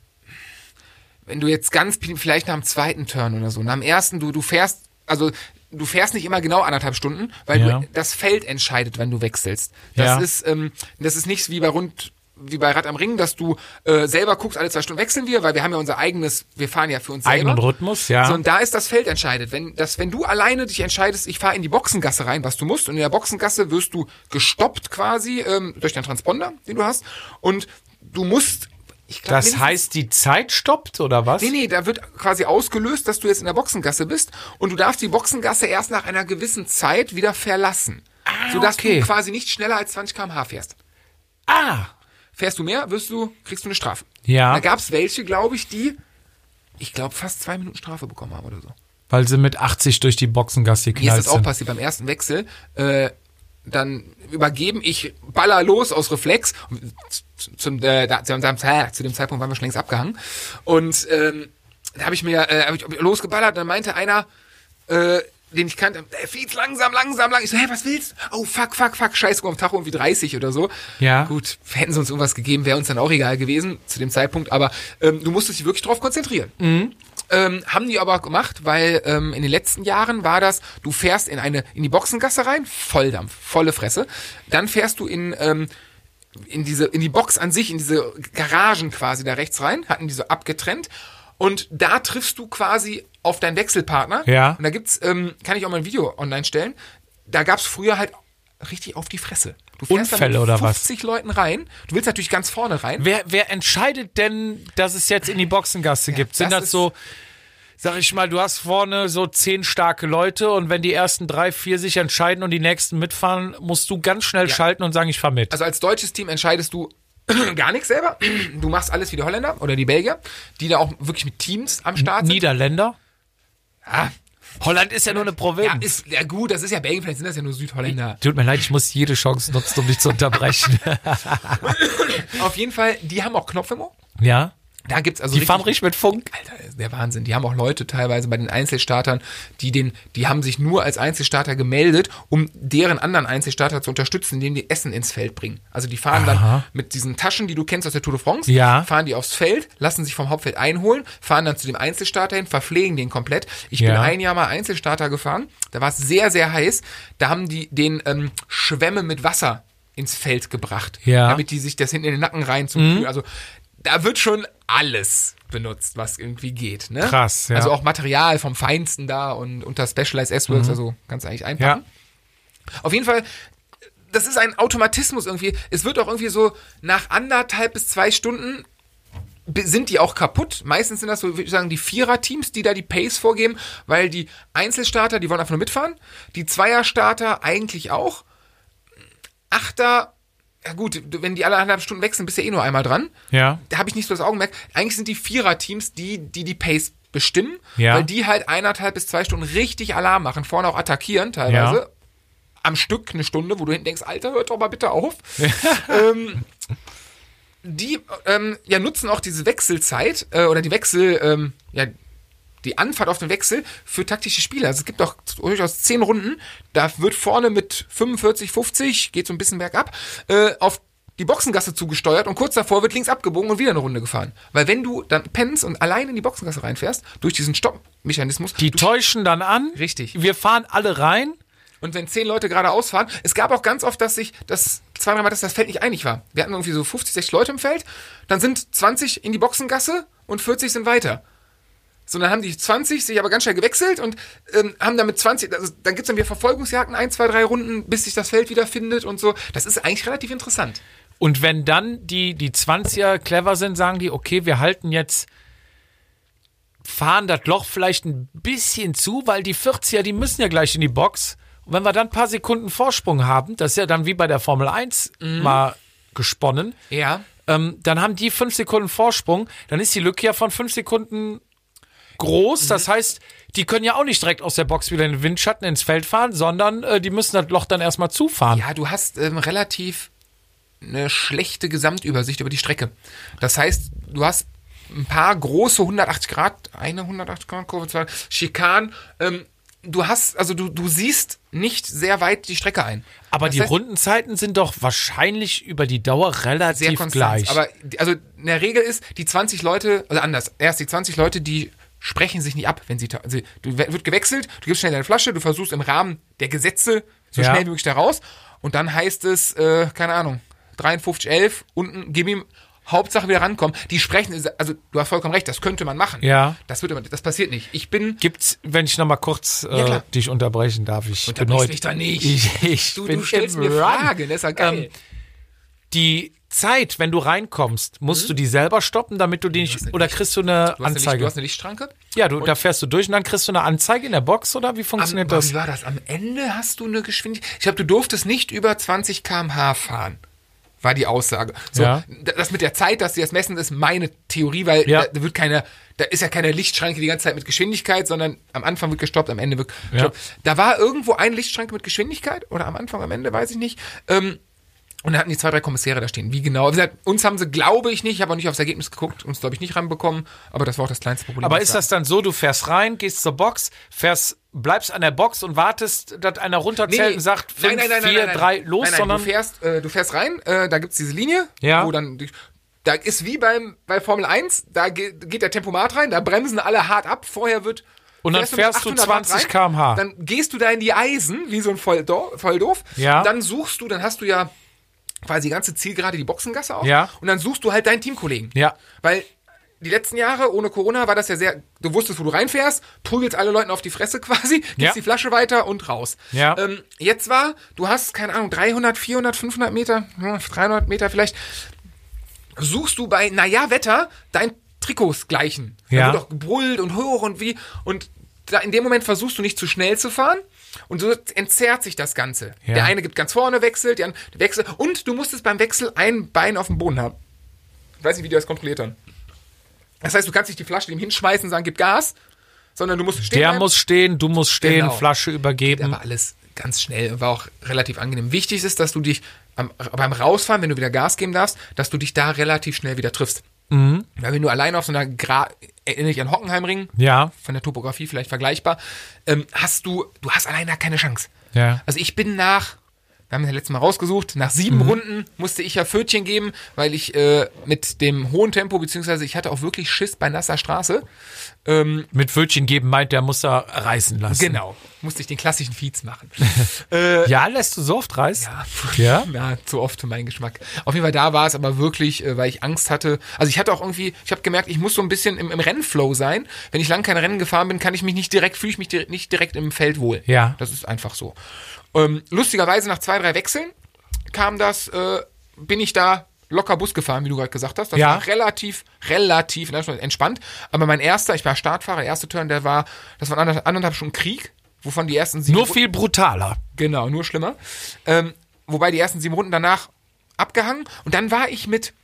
S2: wenn du jetzt ganz, vielleicht nach dem zweiten Turn oder so, nach dem ersten, du, du fährst, also du fährst nicht immer genau anderthalb Stunden, weil
S1: Ja.
S2: du, das Feld entscheidet, wenn du wechselst. Das
S1: Ja.
S2: ist, ähm, das ist nicht wie bei rund, wie bei Rad am Ring, dass du äh, selber guckst, alle zwei Stunden wechseln wir, weil wir haben ja unser eigenes, wir fahren ja für uns selber.
S1: Eigenen Rhythmus, ja.
S2: So, und da ist das Feld entscheidet. Wenn, das, wenn du alleine dich entscheidest, ich fahre in die Boxengasse rein, was du musst, und in der Boxengasse wirst du gestoppt quasi ähm, durch deinen Transponder, den du hast, und du musst Ich glaub,
S1: Das
S2: mindestens-
S1: heißt, die Zeit stoppt, oder was?
S2: Nee, nee, da wird quasi ausgelöst, dass du jetzt in der Boxengasse bist und du darfst die Boxengasse erst nach einer gewissen Zeit wieder verlassen. Ah, sodass
S1: okay.
S2: du quasi nicht schneller als zwanzig Kilometer pro Stunde fährst.
S1: Ah,
S2: Fährst du mehr, wirst du, kriegst du eine Strafe.
S1: Ja.
S2: Da gab es welche, glaube ich, die, ich glaube, fast zwei Minuten Strafe bekommen haben oder so.
S1: weil sie mit achtzig durch die Boxengasse
S2: Mir ist
S1: geknallt
S2: das auch
S1: sind.
S2: passiert beim ersten Wechsel. Äh, dann übergeben, ich baller los aus Reflex. Zum, äh, da, zu, zu, zu dem Zeitpunkt waren wir schon längst abgehangen. Und ähm, da habe ich mir äh, hab ich losgeballert. Dann meinte einer, äh, den ich kannte, der Fietz, langsam, langsam, langsam. Ich so, hä, was willst du? Oh, fuck, fuck, fuck, scheiße, am Tag irgendwie dreißig oder so.
S1: Ja.
S2: Gut, hätten sie uns irgendwas gegeben, wäre uns dann auch egal gewesen zu dem Zeitpunkt. Aber ähm, du musstest dich wirklich drauf konzentrieren. Mhm. Ähm, haben die aber gemacht, weil ähm, in den letzten Jahren war das, du fährst in eine in die Boxengasse rein, Volldampf, volle Fresse. Dann fährst du in ähm, in diese in die Box an sich, in diese Garagen quasi da rechts rein, hatten die so abgetrennt. Und da triffst du quasi auf deinen Wechselpartner.
S1: Ja.
S2: Und da gibt's, ähm, kann ich auch mal ein Video online stellen. Da gab's früher halt richtig auf die Fresse. Du fährst da
S1: Unfälle
S2: mit
S1: oder was?
S2: fünfzig Leuten rein. Du willst natürlich ganz vorne rein.
S1: Wer, wer entscheidet denn, dass es jetzt in die Boxengasse gibt? Sind
S2: das
S1: das,
S2: ist-
S1: so, sag ich mal, du hast vorne so zehn starke Leute und wenn die ersten drei, vier sich entscheiden und die nächsten mitfahren, musst du ganz schnell
S2: Ja.
S1: schalten und sagen, ich fahr mit.
S2: Also als deutsches Team entscheidest du gar nichts selber. Du machst alles wie die Holländer oder die Belgier, die da auch wirklich mit Teams am Start sind.
S1: Niederländer?
S2: Ja,
S1: Holland ist ja nur eine Provinz.
S2: ja, ist, ja gut, das ist ja Belgien, vielleicht sind das ja nur Südholländer.
S1: Tut mir leid, ich muss jede Chance nutzen, um dich zu unterbrechen.
S2: Auf jeden Fall, die haben auch Knopf im Ohr.
S1: Ja?
S2: Da gibt's also
S1: Die fahren richtig mit Funk.
S2: Alter, das ist der Wahnsinn. Die haben auch Leute teilweise bei den Einzelstartern, die den, die haben sich nur als Einzelstarter gemeldet, um deren anderen Einzelstarter zu unterstützen, indem die Essen ins Feld bringen. Also die fahren
S1: Aha.
S2: dann mit diesen Taschen, die du kennst aus der Tour de France,
S1: Ja.
S2: fahren die aufs Feld, lassen sich vom Hauptfeld einholen, fahren dann zu dem Einzelstarter hin, verpflegen den komplett. Ich bin
S1: Ja.
S2: ein Jahr mal Einzelstarter gefahren, da war es sehr, sehr heiß. Da haben die den ähm, Schwämme mit Wasser ins Feld gebracht,
S1: Ja.
S2: damit die sich das hinten in den Nacken rein zum Kühlen. Also da wird schon alles benutzt, was irgendwie geht. Ne?
S1: Krass, ja.
S2: Also auch Material vom Feinsten da und unter Specialized S-Works, also kannst du eigentlich einpacken. Auf jeden Fall, das ist ein Automatismus irgendwie. Es wird auch irgendwie so nach anderthalb bis zwei Stunden be- sind die auch kaputt. Meistens sind das so, würde ich sagen, die Vierer-Teams, die da die Pace vorgeben, weil die Einzelstarter, die wollen einfach nur mitfahren. Die Zweierstarter eigentlich auch. Achter, ja gut, wenn die alle anderthalb Stunden wechseln, bist du ja eh nur einmal dran.
S1: Ja.
S2: Da habe ich nicht so das Augenmerk. Eigentlich sind die Vierer-Teams die, die die Pace bestimmen,
S1: Ja.
S2: weil die halt eineinhalb bis zwei Stunden richtig Alarm machen, vorne auch attackieren teilweise.
S1: Ja.
S2: Am Stück eine Stunde, wo du hinten denkst, Alter, hört doch mal bitte auf. ähm, die ähm, ja, nutzen auch diese Wechselzeit äh, oder die Wechsel, ähm, ja, die Anfahrt auf den Wechsel für taktische Spiele. Also es gibt auch durchaus zehn Runden, da wird vorne mit fünfundvierzig, fünfzig, geht so ein bisschen bergab, äh, auf die Boxengasse zugesteuert und kurz davor wird links abgebogen und wieder eine Runde gefahren. Weil wenn du dann pennst und allein in die Boxengasse reinfährst, durch diesen Stoppmechanismus,
S1: Die
S2: du,
S1: täuschen dann an.
S2: Richtig.
S1: Wir fahren alle rein.
S2: und wenn zehn Leute geradeaus fahren, es gab auch ganz oft, dass sich das zwei, dreimal, dass das Feld nicht einig war. Wir hatten irgendwie so fünfzig, sechzig Leute im Feld, dann sind zwanzig in die Boxengasse und vierzig sind weiter. So, dann haben die zwanzig sich aber ganz schnell gewechselt und ähm, haben dann mit zwanzig, also dann gibt's dann wieder Verfolgungsjagden, ein, zwei, drei Runden, bis sich das Feld wieder findet und so. Das ist eigentlich relativ interessant.
S1: Und wenn dann die, die zwanziger clever sind, sagen die, okay, wir halten jetzt, fahren das Loch vielleicht ein bisschen zu, weil die vierziger, die müssen ja gleich in die Box. Und wenn wir dann ein paar Sekunden Vorsprung haben, das ist ja dann wie bei der Formel eins mal gesponnen,
S2: Ja.
S1: ähm, dann haben die fünf Sekunden Vorsprung, dann ist die Lücke ja von fünf Sekunden groß. Das heißt, die können ja auch nicht direkt aus der Box wieder in den Windschatten ins Feld fahren, sondern äh, die müssen das Loch dann erstmal zufahren.
S2: Ja, du hast ähm, relativ eine schlechte Gesamtübersicht über die Strecke. Das heißt, du hast ein paar große hundertachtzig Grad, eine hundertachtzig Grad Kurve, zwei Schikanen. Ähm, du hast, also du, du siehst nicht sehr weit die Strecke ein.
S1: Aber
S2: Das
S1: die
S2: heißt,
S1: Rundenzeiten sind doch wahrscheinlich über die Dauer
S2: sehr
S1: relativ
S2: konstant.
S1: gleich.
S2: Aber die- also in der Regel ist die zwanzig Leute, also anders, erst die zwanzig Leute, die sprechen sich nicht ab, wenn sie, ta- also du wird gewechselt, du gibst schnell deine Flasche, du versuchst im Rahmen der Gesetze so
S1: Ja.
S2: schnell wie möglich da raus und dann heißt es, äh, keine Ahnung, dreiundfünfzig elf, unten, gib ihm, Hauptsache wieder rankommen. Die sprechen, also du hast vollkommen recht, das könnte man machen.
S1: Ja.
S2: Das wird aber, das passiert nicht. Ich bin,
S1: Gibt's, wenn ich nochmal kurz äh,
S2: Ja, klar.
S1: dich unterbrechen darf, ich bin
S2: Unterbrich
S1: heute,
S2: mich doch nicht.
S1: Ich, ich
S2: du,
S1: bin
S2: du stellst
S1: im
S2: mir
S1: Run.
S2: Fragen, das ist ja geil.
S1: Ähm, die Zeit, wenn du reinkommst, musst
S2: Mhm.
S1: du die selber stoppen, damit du die
S2: Du hast
S1: nicht,
S2: eine
S1: oder
S2: Licht-
S1: kriegst du eine
S2: Du hast, eine Licht,
S1: Anzeige?
S2: du hast eine Lichtschranke.
S1: Ja, du,
S2: Und-
S1: da fährst du durch und dann kriegst du eine Anzeige in der Box, oder wie funktioniert
S2: Am,
S1: das?
S2: Wie war das? Am Ende hast du eine Geschwindigkeit. Ich glaube, du durftest nicht über zwanzig Kilometer pro Stunde fahren. War die Aussage. So,
S1: Ja.
S2: das mit der Zeit, dass sie das messen, ist meine Theorie, weil
S1: Ja.
S2: da, da wird keine, da ist ja keine Lichtschranke die ganze Zeit mit Geschwindigkeit, sondern am Anfang wird gestoppt, am Ende wird
S1: Ja.
S2: gestoppt. Da war irgendwo eine Lichtschranke mit Geschwindigkeit oder am Anfang, am Ende, weiß ich nicht. Ähm, Und da hatten die zwei, drei Kommissäre da stehen. Wie genau? Wie gesagt, uns haben sie, glaube ich, nicht, ich habe auch nicht aufs Ergebnis geguckt, uns, glaube ich, nicht ranbekommen, aber das war auch das kleinste Problem.
S1: Aber
S2: was
S1: ist
S2: da-
S1: das dann so, du fährst rein, gehst zur Box, fährst, bleibst an der Box und wartest, dass einer runterzählt und sagt fünf, vier, drei, los,
S2: nein, nein,
S1: sondern...
S2: du fährst, äh, du fährst rein, äh, da gibt's diese Linie,
S1: Ja.
S2: wo dann, die- da ist wie beim, bei Formel eins, da geht, geht der Tempomat rein, da bremsen alle hart ab, vorher wird...
S1: Und dann
S2: mit
S1: fährst du
S2: achthundert Watt
S1: zwanzig
S2: rein,
S1: Kilometer pro Stunde.
S2: Dann gehst du da in die Eisen, wie so ein Volldorf, Volldorf.
S1: Ja.
S2: Dann suchst du, dann hast du ja quasi die ganze Zielgerade, die Boxengasse auch.
S1: Ja.
S2: Und dann suchst du halt deinen Teamkollegen.
S1: Ja.
S2: Weil die letzten Jahre ohne Corona war das ja sehr, du wusstest, wo du reinfährst, prügelst alle Leuten auf die Fresse quasi, gibst
S1: Ja.
S2: die Flasche weiter und raus.
S1: Ja.
S2: Ähm, jetzt war, du hast, keine Ahnung, dreihundert, vierhundert, fünfhundert Meter, hm, dreihundert Meter vielleicht, suchst du bei, naja, Wetter, dein Trikotsgleichen.
S1: Ja.
S2: Da wird auch gebrüllt und hoch und wie, und da in dem Moment versuchst du nicht zu schnell zu fahren. Und so entzerrt sich das Ganze.
S1: Ja.
S2: Der eine gibt ganz vorne, wechselt, der andere wechselt. Und du musstest beim Wechsel ein Bein auf dem Boden haben. Ich weiß nicht, wie die das kontrolliert haben. Das heißt, du kannst nicht die Flasche dem hinschmeißen und sagen, gib Gas, sondern du musst stehen
S1: Der
S2: bleiben.
S1: muss stehen, du musst stehen,
S2: Genau.
S1: Flasche übergeben.
S2: Aber alles ganz schnell, war auch relativ angenehm. Wichtig ist, dass du dich am, beim Rausfahren, wenn du wieder Gas geben darfst, dass du dich da relativ schnell wieder triffst.
S1: Mhm.
S2: Weil wenn du alleine auf so einer, Gra erinnere ich an Hockenheimring,
S1: Ja,
S2: von der Topografie vielleicht vergleichbar, ähm, hast du, du hast alleine da keine Chance.
S1: ja.
S2: Also ich bin nach, wir haben das letztes Mal rausgesucht, nach sieben
S1: Mhm.
S2: Runden musste ich ja Pfötchen geben, weil ich äh, mit dem hohen Tempo, beziehungsweise ich hatte auch wirklich Schiss bei nasser Straße. Ähm,
S1: Mit Pfötchen geben meint, der muss er reißen lassen.
S2: genau, musste ich den klassischen Fietz machen.
S1: Ja, lässt du so oft reißen?
S2: Ja.
S1: Ja?
S2: Ja, zu oft für meinen Geschmack. Auf jeden Fall, da war es aber wirklich, äh, weil ich Angst hatte. Also ich hatte auch irgendwie, ich habe gemerkt, ich muss so ein bisschen im, im Rennflow sein. Wenn ich lange kein Rennen gefahren bin, kann ich mich nicht direkt, fühle ich mich direkt, nicht direkt im Feld wohl.
S1: Ja.
S2: Das ist einfach so. Ähm, lustigerweise nach zwei, drei Wechseln kam das, äh, bin ich da locker Bus gefahren, wie du gerade gesagt hast. Das
S1: Ja.
S2: war relativ, relativ entspannt. Aber mein erster, ich war Startfahrer, der erste Turn, der war, das war anderthalb, anderthalb Stunden Krieg, wovon die ersten sieben
S1: Nur viel brutaler.
S2: Genau, nur schlimmer. Ähm, wobei die ersten sieben Runden danach abgehangen. Und dann war ich mit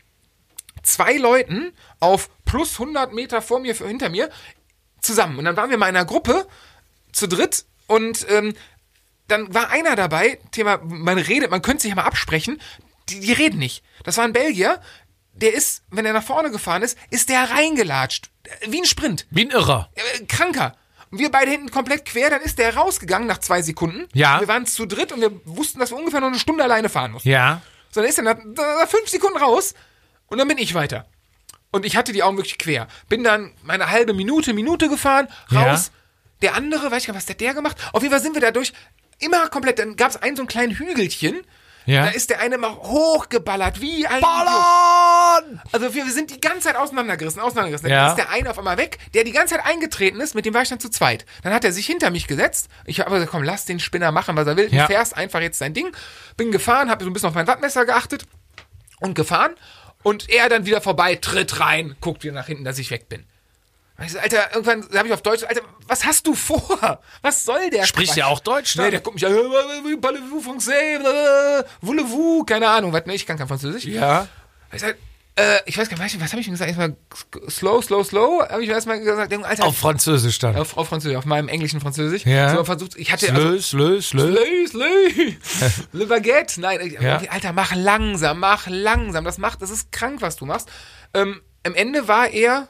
S2: zwei Leuten auf plus hundert Meter vor mir, hinter mir, zusammen. Und dann waren wir mal in einer Gruppe, zu dritt. Und ähm, dann war einer dabei, Thema, man redet, man könnte sich ja mal absprechen, die, die reden nicht. Das war ein Belgier, der ist, wenn er nach vorne gefahren ist, ist der reingelatscht. Wie ein Sprint.
S1: Wie ein Irrer.
S2: Äh, kranker. Und wir beide hinten komplett quer, dann ist der rausgegangen nach zwei Sekunden.
S1: Ja.
S2: Wir waren zu dritt und wir wussten, dass wir ungefähr noch eine Stunde alleine fahren mussten.
S1: Ja.
S2: So, dann ist er nach, nach fünf Sekunden raus und dann bin ich weiter. Und ich hatte die Augen wirklich quer. Bin dann meine halbe Minute, Minute gefahren, raus.
S1: Ja.
S2: Der andere, weiß ich gar nicht, was hat der gemacht? Auf jeden Fall sind wir dadurch immer komplett, dann gab es einen so einen kleinen Hügelchen.
S1: Ja.
S2: Da ist der eine mal hochgeballert, wie ein Idiot.
S1: Ballern!
S2: Also wir, wir sind die ganze Zeit auseinandergerissen, auseinandergerissen. Dann
S1: Ja.
S2: ist der eine auf einmal weg, der die ganze Zeit eingetreten ist, mit dem war ich dann zu zweit. Dann hat er sich hinter mich gesetzt. Ich habe gesagt, komm, lass den Spinner machen, was er will.
S1: Ja.
S2: Du fährst einfach jetzt dein Ding. Bin gefahren, habe so ein bisschen auf mein Wattmesser geachtet und gefahren. Und er dann wieder vorbei, tritt rein, guckt wieder nach hinten, dass ich weg bin. Und ich so, Alter, irgendwann habe ich auf Deutsch, Alter, was hast du vor? Was soll der
S1: Spricht
S2: Quatsch?
S1: der auch Deutsch?
S2: Nee,
S1: dann?
S2: der guckt mich an, äh, parlez-vous français, blablabla, voulez-vous, keine Ahnung, was, ne, ich kann kein Französisch.
S1: Ja.
S2: Ich, sag, äh, ich weiß gar nicht, was habe ich denn gesagt? Erstmal slow, slow, slow, habe ich erstmal gesagt, Alter,
S1: Auf Französisch dann.
S2: auf, auf Französisch, auf meinem englischen Französisch.
S1: Ja.
S2: So versucht, ich hatte
S1: Lös, lös, lös.
S2: Lös, lös. Le Baguette. Nein, ich-
S1: Ja.
S2: Alter, mach langsam, mach langsam. Das macht, das ist krank, was du machst. Ähm, am Ende war er,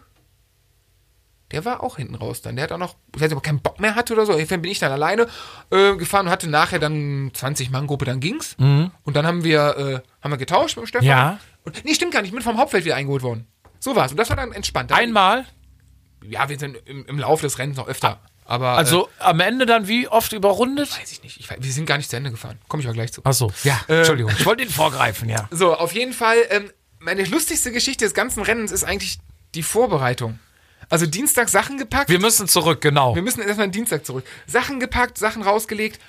S2: der war auch hinten raus dann. Der hat auch noch, ich weiß nicht, ob er keinen Bock mehr hatte oder so. Irgendwann bin ich dann alleine äh, gefahren und hatte nachher dann zwanzig-Mann-Gruppe, dann ging's. Und dann haben wir, äh, haben wir getauscht mit dem Stefan.
S1: Ja.
S2: Und, nee, stimmt gar nicht, ich bin vom Hauptfeld wieder eingeholt worden. So war's. Und das war dann entspannt.
S1: Einmal?
S2: Ja, wir sind im, im Laufe des Rennens noch öfter. Aber,
S1: Also am Ende dann wie oft überrundet?
S2: äh, weiß ich nicht. Ich, weiß- wir sind gar nicht zu Ende gefahren. Komme ich aber gleich zu.
S1: Ach so. Ja, Entschuldigung. Ich wollte ihn vorgreifen, ja.
S2: So, auf jeden Fall, ähm, meine lustigste Geschichte des ganzen Rennens ist eigentlich die Vorbereitung. Also Dienstag Sachen gepackt.
S1: Wir müssen zurück, genau.
S2: Wir müssen erstmal Dienstag zurück. Sachen gepackt, Sachen rausgelegt.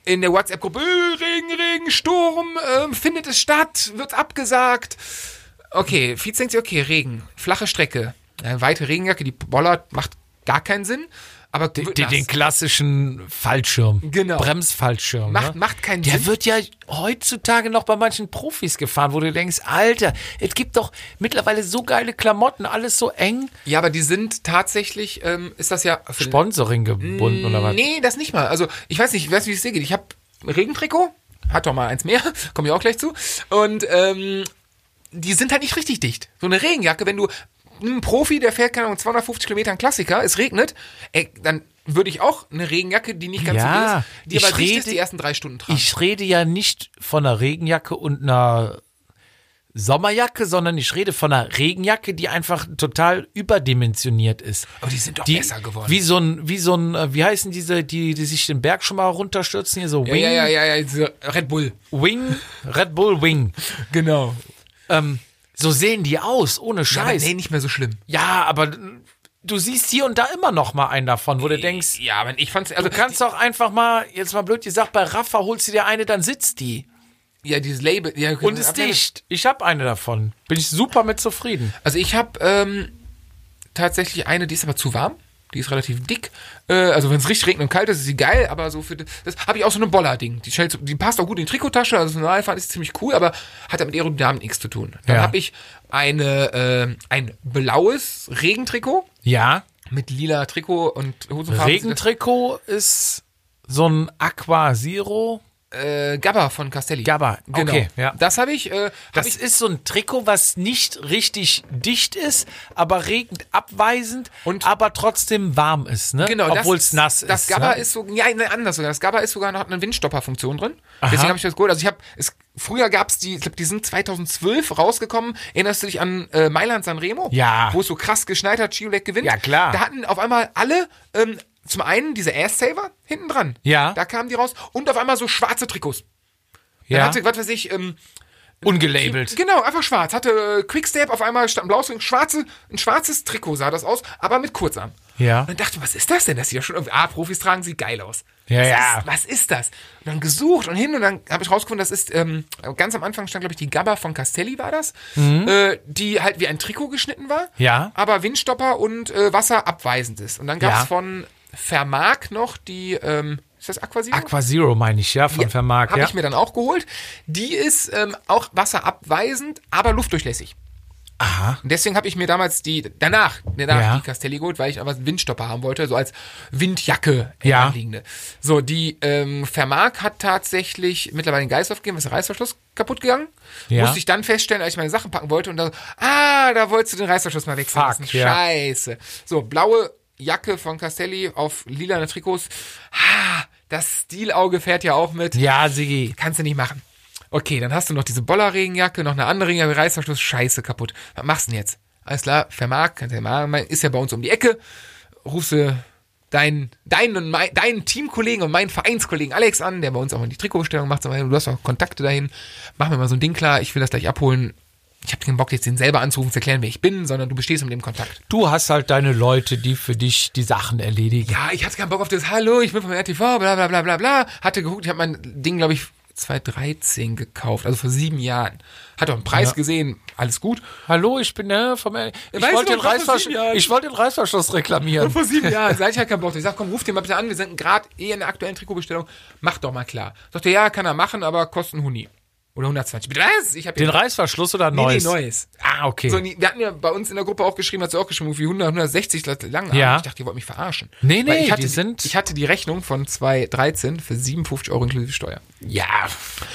S2: in der WhatsApp-Gruppe, äh, Regen, Regen, Sturm, äh, findet es statt, wird abgesagt. Okay, Fietz denkt sich, okay, Regen, flache Strecke, eine weite Regenjacke, die bollert, macht gar keinen Sinn. Aber
S1: den, den klassischen Fallschirm.
S2: Genau.
S1: Bremsfallschirm.
S2: Macht,
S1: ne?
S2: macht keinen
S1: Der
S2: Sinn.
S1: Der wird ja heutzutage noch bei manchen Profis gefahren, wo du denkst, Alter, es gibt doch mittlerweile so geile Klamotten, alles so eng.
S2: Ja, aber die sind tatsächlich, ähm, ist das ja... Für
S1: Sponsoring gebunden oder was?
S2: Nee, das nicht mal. Also ich weiß nicht, ich weiß nicht, wie es dir geht. Ich habe ein Regentrikot, hat doch mal eins mehr, komme ich auch gleich zu. Und ähm, die sind halt nicht richtig dicht. So eine Regenjacke, wenn du... Ein Profi, der fährt, keine Ahnung, zweihundertfünfzig Kilometer einen Klassiker, es regnet, ey, dann würde ich auch eine Regenjacke, die nicht ganz
S1: ja,
S2: so dick ist, die
S1: ich
S2: aber dicht
S1: rede,
S2: ist, die ersten drei Stunden tragen.
S1: Ich rede ja nicht von einer Regenjacke und einer Sommerjacke, sondern ich rede von einer Regenjacke, die einfach total überdimensioniert ist.
S2: Aber die sind doch
S1: die,
S2: besser geworden.
S1: Wie so ein, wie so ein, wie heißen diese, die, die sich den Berg schon mal runterstürzen, hier so Wing.
S2: Ja, ja, ja, ja, ja, Red Bull.
S1: Wing, Red Bull Wing.
S2: Genau.
S1: Ähm, so sehen die aus, ohne Scheiß.
S2: Ja, aber nee, nicht mehr so schlimm.
S1: Ja, aber du siehst hier und da immer noch mal einen davon, wo du denkst,
S2: ja, aber ich fand's, also
S1: du kannst doch einfach mal, jetzt mal blöd gesagt, bei Rafa holst du dir eine, dann sitzt die.
S2: Ja, dieses Label. Ja, okay,
S1: Und ist dicht. Ich habe eine davon. Bin ich super mit zufrieden.
S2: Also ich habe ähm, tatsächlich eine, die ist aber zu warm. Die ist relativ dick. Äh, also wenn es richtig regnet und kalt ist, ist sie geil, aber so für das, das habe ich auch so eine Boller-Ding. Die, stellt, die passt auch gut in die Trikottasche, also Normalfahren ist ziemlich cool, aber hat ja mit Aerodynamik nichts zu tun. Dann
S1: Ja.
S2: habe ich eine äh, ein blaues Regentrikot
S1: Ja.
S2: mit lila Trikot und Hosenfarben.
S1: Regentrikot ist so ein Aqua Zero.
S2: Äh, Gabba von Castelli.
S1: Gabba,
S2: Genau.
S1: okay, ja.
S2: Das habe ich. Äh, hab
S1: Das
S2: ich
S1: ist so ein Trikot, was nicht richtig dicht ist, aber regend abweisend,
S2: Und-
S1: aber trotzdem warm ist, ne?
S2: Genau,
S1: obwohl
S2: das,
S1: es nass ist.
S2: Das Gabba
S1: ne?
S2: ist so, ja, ne, anders sogar. Das Gabba ist sogar noch hat eine Windstopper-Funktion drin.
S1: Aha.
S2: Deswegen habe ich das geholt. Also ich habe, es früher gab es die, ich glaube, die sind zweitausendzwölf rausgekommen. Erinnerst du dich an äh, Mailand Sanremo?
S1: Ja.
S2: Wo es so krass geschneit hat, Giolek gewinnt.
S1: Ja, klar.
S2: Da hatten auf einmal alle, ähm, zum einen diese Air-Saver hinten dran.
S1: Ja.
S2: Da kamen die raus. Und auf einmal so schwarze Trikots. Dann
S1: Ja.
S2: hatte, was weiß ich, ähm,
S1: Ungelabelt.
S2: Genau, einfach schwarz. Hatte äh, Quickstep, auf einmal stand ein blaues, schwarze, ein schwarzes Trikot sah das aus, aber mit Kurzarm.
S1: Ja.
S2: Und dann dachte ich, was ist das denn? Das sieht ja schon irgendwie, ah, Profis tragen, sieht geil aus.
S1: Ja,
S2: was
S1: ja.
S2: Ist, was ist das? Und dann gesucht und hin und dann habe ich rausgefunden, das ist, ähm, ganz am Anfang stand, glaube ich, die Gabba von Castelli war das, äh, die halt wie ein Trikot geschnitten war,
S1: Mhm. Ja.
S2: aber Windstopper und äh, Wasser abweisend ist. Und dann gab es
S1: Ja.
S2: von Vermark noch die, ähm, ist das Aqua Zero?
S1: Aqua Zero meine ich, ja, von Vermark,
S2: Habe
S1: ja.
S2: ich mir dann auch geholt. Die ist ähm, auch wasserabweisend, aber luftdurchlässig.
S1: Aha.
S2: Und deswegen habe ich mir damals die, danach, danach
S1: Ja.
S2: die Castelli geholt, weil ich aber einen Windstopper haben wollte, so als Windjacke
S1: Ja.
S2: anliegende. So, die ähm, Vermark hat tatsächlich mittlerweile einen Geist aufgegeben, ist der Reißverschluss kaputt gegangen.
S1: Ja.
S2: Musste ich dann feststellen, als ich meine Sachen packen wollte und dann, ah, da wolltest du den Reißverschluss mal wechseln
S1: Fuck,
S2: lassen.
S1: ja.
S2: Scheiße. So, blaue Jacke von Castelli auf lilane Trikots. Ah, das Stilauge fährt ja auch mit.
S1: Ja, Sigi.
S2: Kannst du nicht machen. Okay, dann hast du noch diese Boller-Regenjacke, noch eine andere Regenjacke, Reißverschluss, scheiße, kaputt. Was machst du denn jetzt? Alles klar, Vermark, kannst du ja machen, ist ja bei uns um die Ecke. Rufst du deinen, deinen, und mein, deinen Teamkollegen und meinen Vereinskollegen Alex an, der bei uns auch in die Trikotbestellung macht. Du hast auch Kontakte dahin. Mach mir mal so ein Ding klar, ich will das gleich abholen. Ich habe keinen Bock, jetzt den selber anzurufen, zu erklären, wer ich bin, sondern du bestehst mit dem Kontakt.
S1: Du hast halt deine Leute, die für dich die Sachen erledigen.
S2: Ja, ich hatte keinen Bock auf das Hallo, ich bin vom R T V, bla bla bla bla bla. Hatte geguckt, ich habe mein Ding, glaube ich, zweitausenddreizehn gekauft, also vor sieben Jahren. Hat auch einen Preis
S1: Ja.
S2: gesehen, alles gut.
S1: Hallo, ich bin der vom Ich
S2: weißt
S1: wollte
S2: du
S1: den,
S2: noch, vor
S1: Reißversch
S2: sieben Jahren?
S1: ich wollte den Reißverschluss reklamieren.
S2: Vor sieben Jahren, sag ich halt keinen Bock. Ich sag, komm, ruf den mal bitte an, wir sind gerade eh in der aktuellen Trikotbestellung, mach doch mal klar. Sagt er, ja, kann er machen, aber kosten Huni. Oder hundertzwanzig. Bitte, was? Ich hab
S1: Den
S2: jetzt-
S1: Reißverschluss oder
S2: Nee,
S1: Neues?
S2: nee, Neues.
S1: Ah, okay.
S2: So, wir hatten ja bei uns in der Gruppe auch geschrieben, hat sie auch geschrieben, irgendwie hundert, hundertsechzig lang.
S1: Ja.
S2: Ich dachte, ihr wollt mich verarschen.
S1: Nee, nee,
S2: Weil ich hatte,
S1: die sind-
S2: Ich hatte die Rechnung von zweitausenddreizehn für siebenundfünfzig Euro inklusive Steuer.
S1: ja.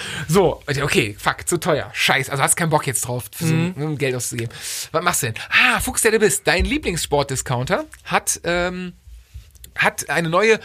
S2: So, okay, fuck, zu teuer. Scheiß, also hast keinen Bock jetzt drauf, für so
S1: Mhm.
S2: Geld auszugeben. Was machst du denn? Ah, Fuchs, der du bist. Dein Lieblingssportdiscounter hat, ähm, hat eine neue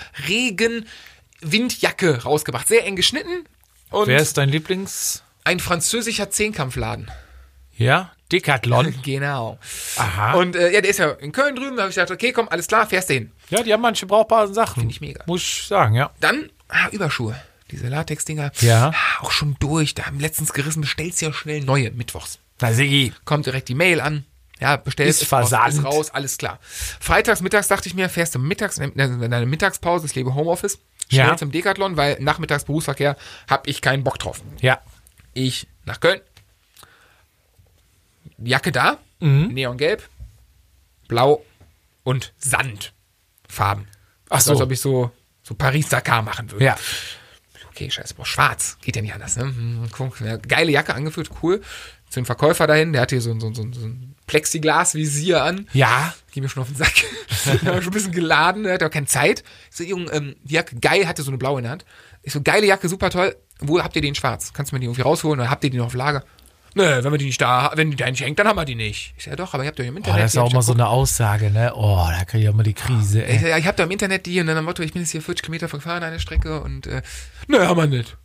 S2: Regen-Windjacke rausgebracht. Sehr eng geschnitten. Und
S1: Wer ist dein Lieblings...
S2: ein französischer Zehnkampfladen.
S1: Ja? Decathlon?
S2: Genau.
S1: Aha.
S2: Und äh, ja, der ist ja in Köln drüben. Da habe ich gedacht, okay, komm, alles klar, fährst du hin.
S1: Ja, die haben manche brauchbare Sachen.
S2: Find ich mega.
S1: Muss ich sagen, ja.
S2: Dann, ah, Überschuhe. Diese Latex-Dinger.
S1: Ja.
S2: Ah, auch schon durch. Da haben letztens gerissen, bestellst ja schnell neue mittwochs.
S1: Na, Sigi.
S2: Kommt direkt die Mail an. Ja, bestellst,
S1: Ist Versand.
S2: Ist raus, alles klar. Freitags, mittags dachte ich mir, fährst du mittags, in deine Mittagspause, ich lebe Homeoffice, schnell
S1: Ja.
S2: zum Decathlon, weil nachmittags Berufsverkehr habe ich keinen Bock drauf.
S1: Ja.
S2: Ich nach Köln, Jacke da,
S1: Mhm.
S2: Neongelb, Blau und Sandfarben.
S1: Ach
S2: Also
S1: so.
S2: als ob ich so, so Paris-Dakar machen würde.
S1: Ja.
S2: Okay, scheiße, boah, schwarz. Geht ja nicht anders, ne? Hm, guck, ja, geile Jacke angeführt, cool. Zu dem Verkäufer dahin, der hat hier so, ein- so, ein- so, ein- so ein Plexiglas-Visier an.
S1: Ja.
S2: Geh mir schon auf den Sack. Der war schon ein bisschen geladen, der hatte auch keine Zeit. Ich so, Junge, ähm, die Jacke, geil, hatte so eine blaue in der Hand. Ich so, geile Jacke, super toll. Wo habt ihr die in schwarz? Kannst du mir die irgendwie rausholen oder habt ihr die noch auf Lager? Nö, wenn wir die nicht da, wenn die da nicht hängt, dann haben wir die nicht. Ich so, ja doch, aber ihr habt doch im
S1: Oh,
S2: Internet.
S1: das ist
S2: die, hab
S1: auch
S2: ich
S1: mal
S2: doch
S1: so eine Aussage, ne? Oh, da kriege ich auch mal die Krise,
S2: Ich
S1: ey.
S2: so, ja, ich hab da im Internet die und dann am Motto, ich bin jetzt hier vierzig Kilometer gefahren, eine Strecke und, äh, nö, haben wir nicht.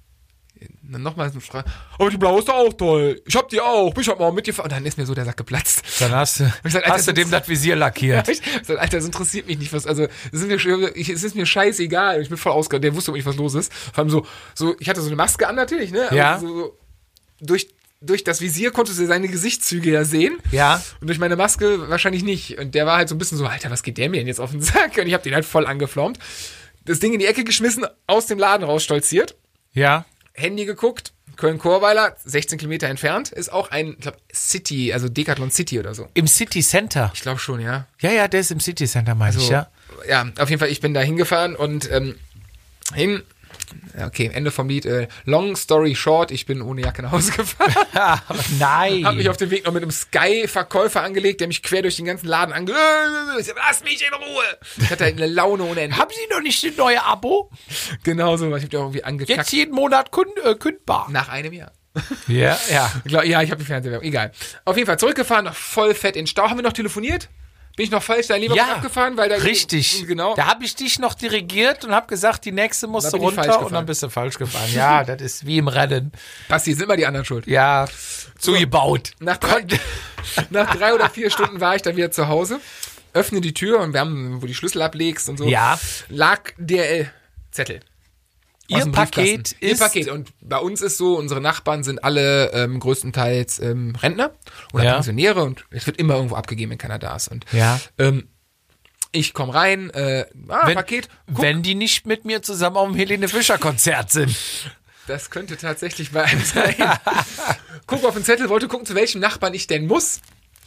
S2: Dann nochmal so eine Frage, aber die blaue ist doch auch toll. Ich hab die auch, bin ich hab mal mitgefahren. Und dann ist mir so der Sack geplatzt.
S1: Dann hast du,
S2: ich gesagt, Alter,
S1: hast du
S2: das-
S1: dem das Visier lackiert.
S2: Ich sag, Alter, das interessiert mich nicht, was, also, das ist mir, schon- ich, es ist mir scheißegal. Ich bin voll ausgegangen, der wusste nicht, was los ist. Vor allem so, so, ich hatte so eine Maske an natürlich, ne? Aber
S1: Ja.
S2: So, so, durch, durch das Visier konntest du seine Gesichtszüge ja sehen.
S1: Ja.
S2: Und durch meine Maske wahrscheinlich nicht. Und der war halt so ein bisschen so, Alter, was geht der mir denn jetzt auf den Sack? Und ich hab den halt voll angeflaumt. Das Ding in die Ecke geschmissen, aus dem Laden raus stolziert.
S1: Ja.
S2: Handy geguckt. Köln-Chorweiler, sechzehn Kilometer entfernt, ist auch ein, ich glaube, City, also Decathlon City oder so.
S1: Im City Center.
S2: Ich glaube schon, ja.
S1: Ja, ja, der ist im City Center, meine ich,
S2: So,
S1: ja.
S2: ja, auf jeden Fall, ich bin da hingefahren und ähm, hin, ja, okay, Ende vom Lied, äh, long story short, ich bin ohne Jacke nach Hause gefahren.
S1: Nein.
S2: Hab mich auf dem Weg noch mit einem Sky-Verkäufer angelegt, der mich quer durch den ganzen Laden ange... Lass mich in Ruhe! Ich hatte halt eine Laune ohne Ende.
S1: Haben Sie noch nicht ein neues Abo?
S2: Genau so, ich hab dir auch irgendwie angekackt.
S1: Jetzt jeden Monat kund, äh, kündbar.
S2: Nach einem Jahr.
S1: Ja, ja.
S2: Ich glaub, ja, ich habe die Fernsehwerbung, egal. Auf jeden Fall zurückgefahren, noch voll fett in Stau. Haben wir noch telefoniert? Bin ich noch falsch da in Leverkusen
S1: Ja,
S2: abgefahren? Weil da
S1: richtig.
S2: Genau.
S1: Da habe ich dich noch dirigiert und habe gesagt, die nächste musst
S2: Da
S1: du
S2: bin ich falsch
S1: runter und
S2: gefahren.
S1: dann bist du falsch gefahren. Ja, das ist wie im Rennen.
S2: Basti, sind immer die anderen schuld.
S1: Ja, zugebaut.
S2: Nach drei, nach drei oder vier Stunden war ich dann wieder zu Hause, öffne die Tür und wir haben, wo die Schlüssel ablegst und so,
S1: Ja.
S2: lag D H L-Zettel.
S1: Ihr
S2: Aus dem
S1: Paket
S2: Briefkasten. Ihr
S1: ist-
S2: Paket. Und bei uns ist so, unsere Nachbarn sind alle ähm, größtenteils ähm, Rentner oder
S1: Ja.
S2: Pensionäre und es wird immer irgendwo abgegeben, wenn keiner da ist. Und
S1: Ja.
S2: ähm, ich komme rein, äh, ah,
S1: Wenn,
S2: Paket, guck,
S1: wenn die nicht mit mir zusammen auf dem Helene Fischer Konzert sind.
S2: das könnte tatsächlich bei einem sein. Guck auf den Zettel, wollte gucken, zu welchem Nachbarn ich denn muss.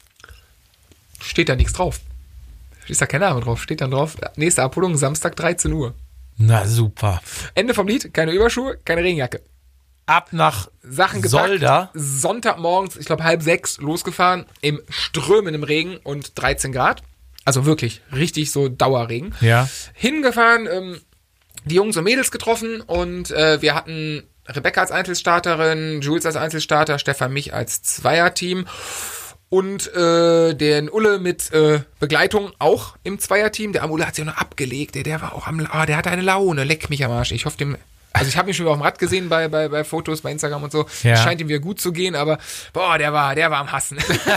S2: Steht da nichts drauf. Ist da kein Name drauf. Steht dann drauf, nächste Abholung, Samstag dreizehn Uhr.
S1: Na super.
S2: Ende vom Lied, keine Überschuhe, keine Regenjacke.
S1: Ab nach
S2: Sachen gepackt.
S1: Solda.
S2: Sonntagmorgens, ich glaube halb sechs, losgefahren, im strömenden Regen und dreizehn Grad. Also wirklich, richtig so Dauerregen.
S1: Ja.
S2: Hingefahren, ähm, die Jungs und Mädels getroffen und äh, wir hatten Rebecca als Einzelstarterin, Jules als Einzelstarter, Stefan mich als Zweierteam und äh, den Ulle mit äh, Begleitung auch im Zweierteam. Der am Ulle hat sich auch noch abgelegt, der, der war auch am, ah, der hatte eine Laune, leck mich am Arsch. Ich hoffe dem, also ich habe ihn schon wieder auf dem Rad gesehen bei, bei, bei Fotos, bei Instagram und so.
S1: Ja.
S2: Es scheint ihm wieder gut zu gehen, aber boah, der war, der war am Hassen.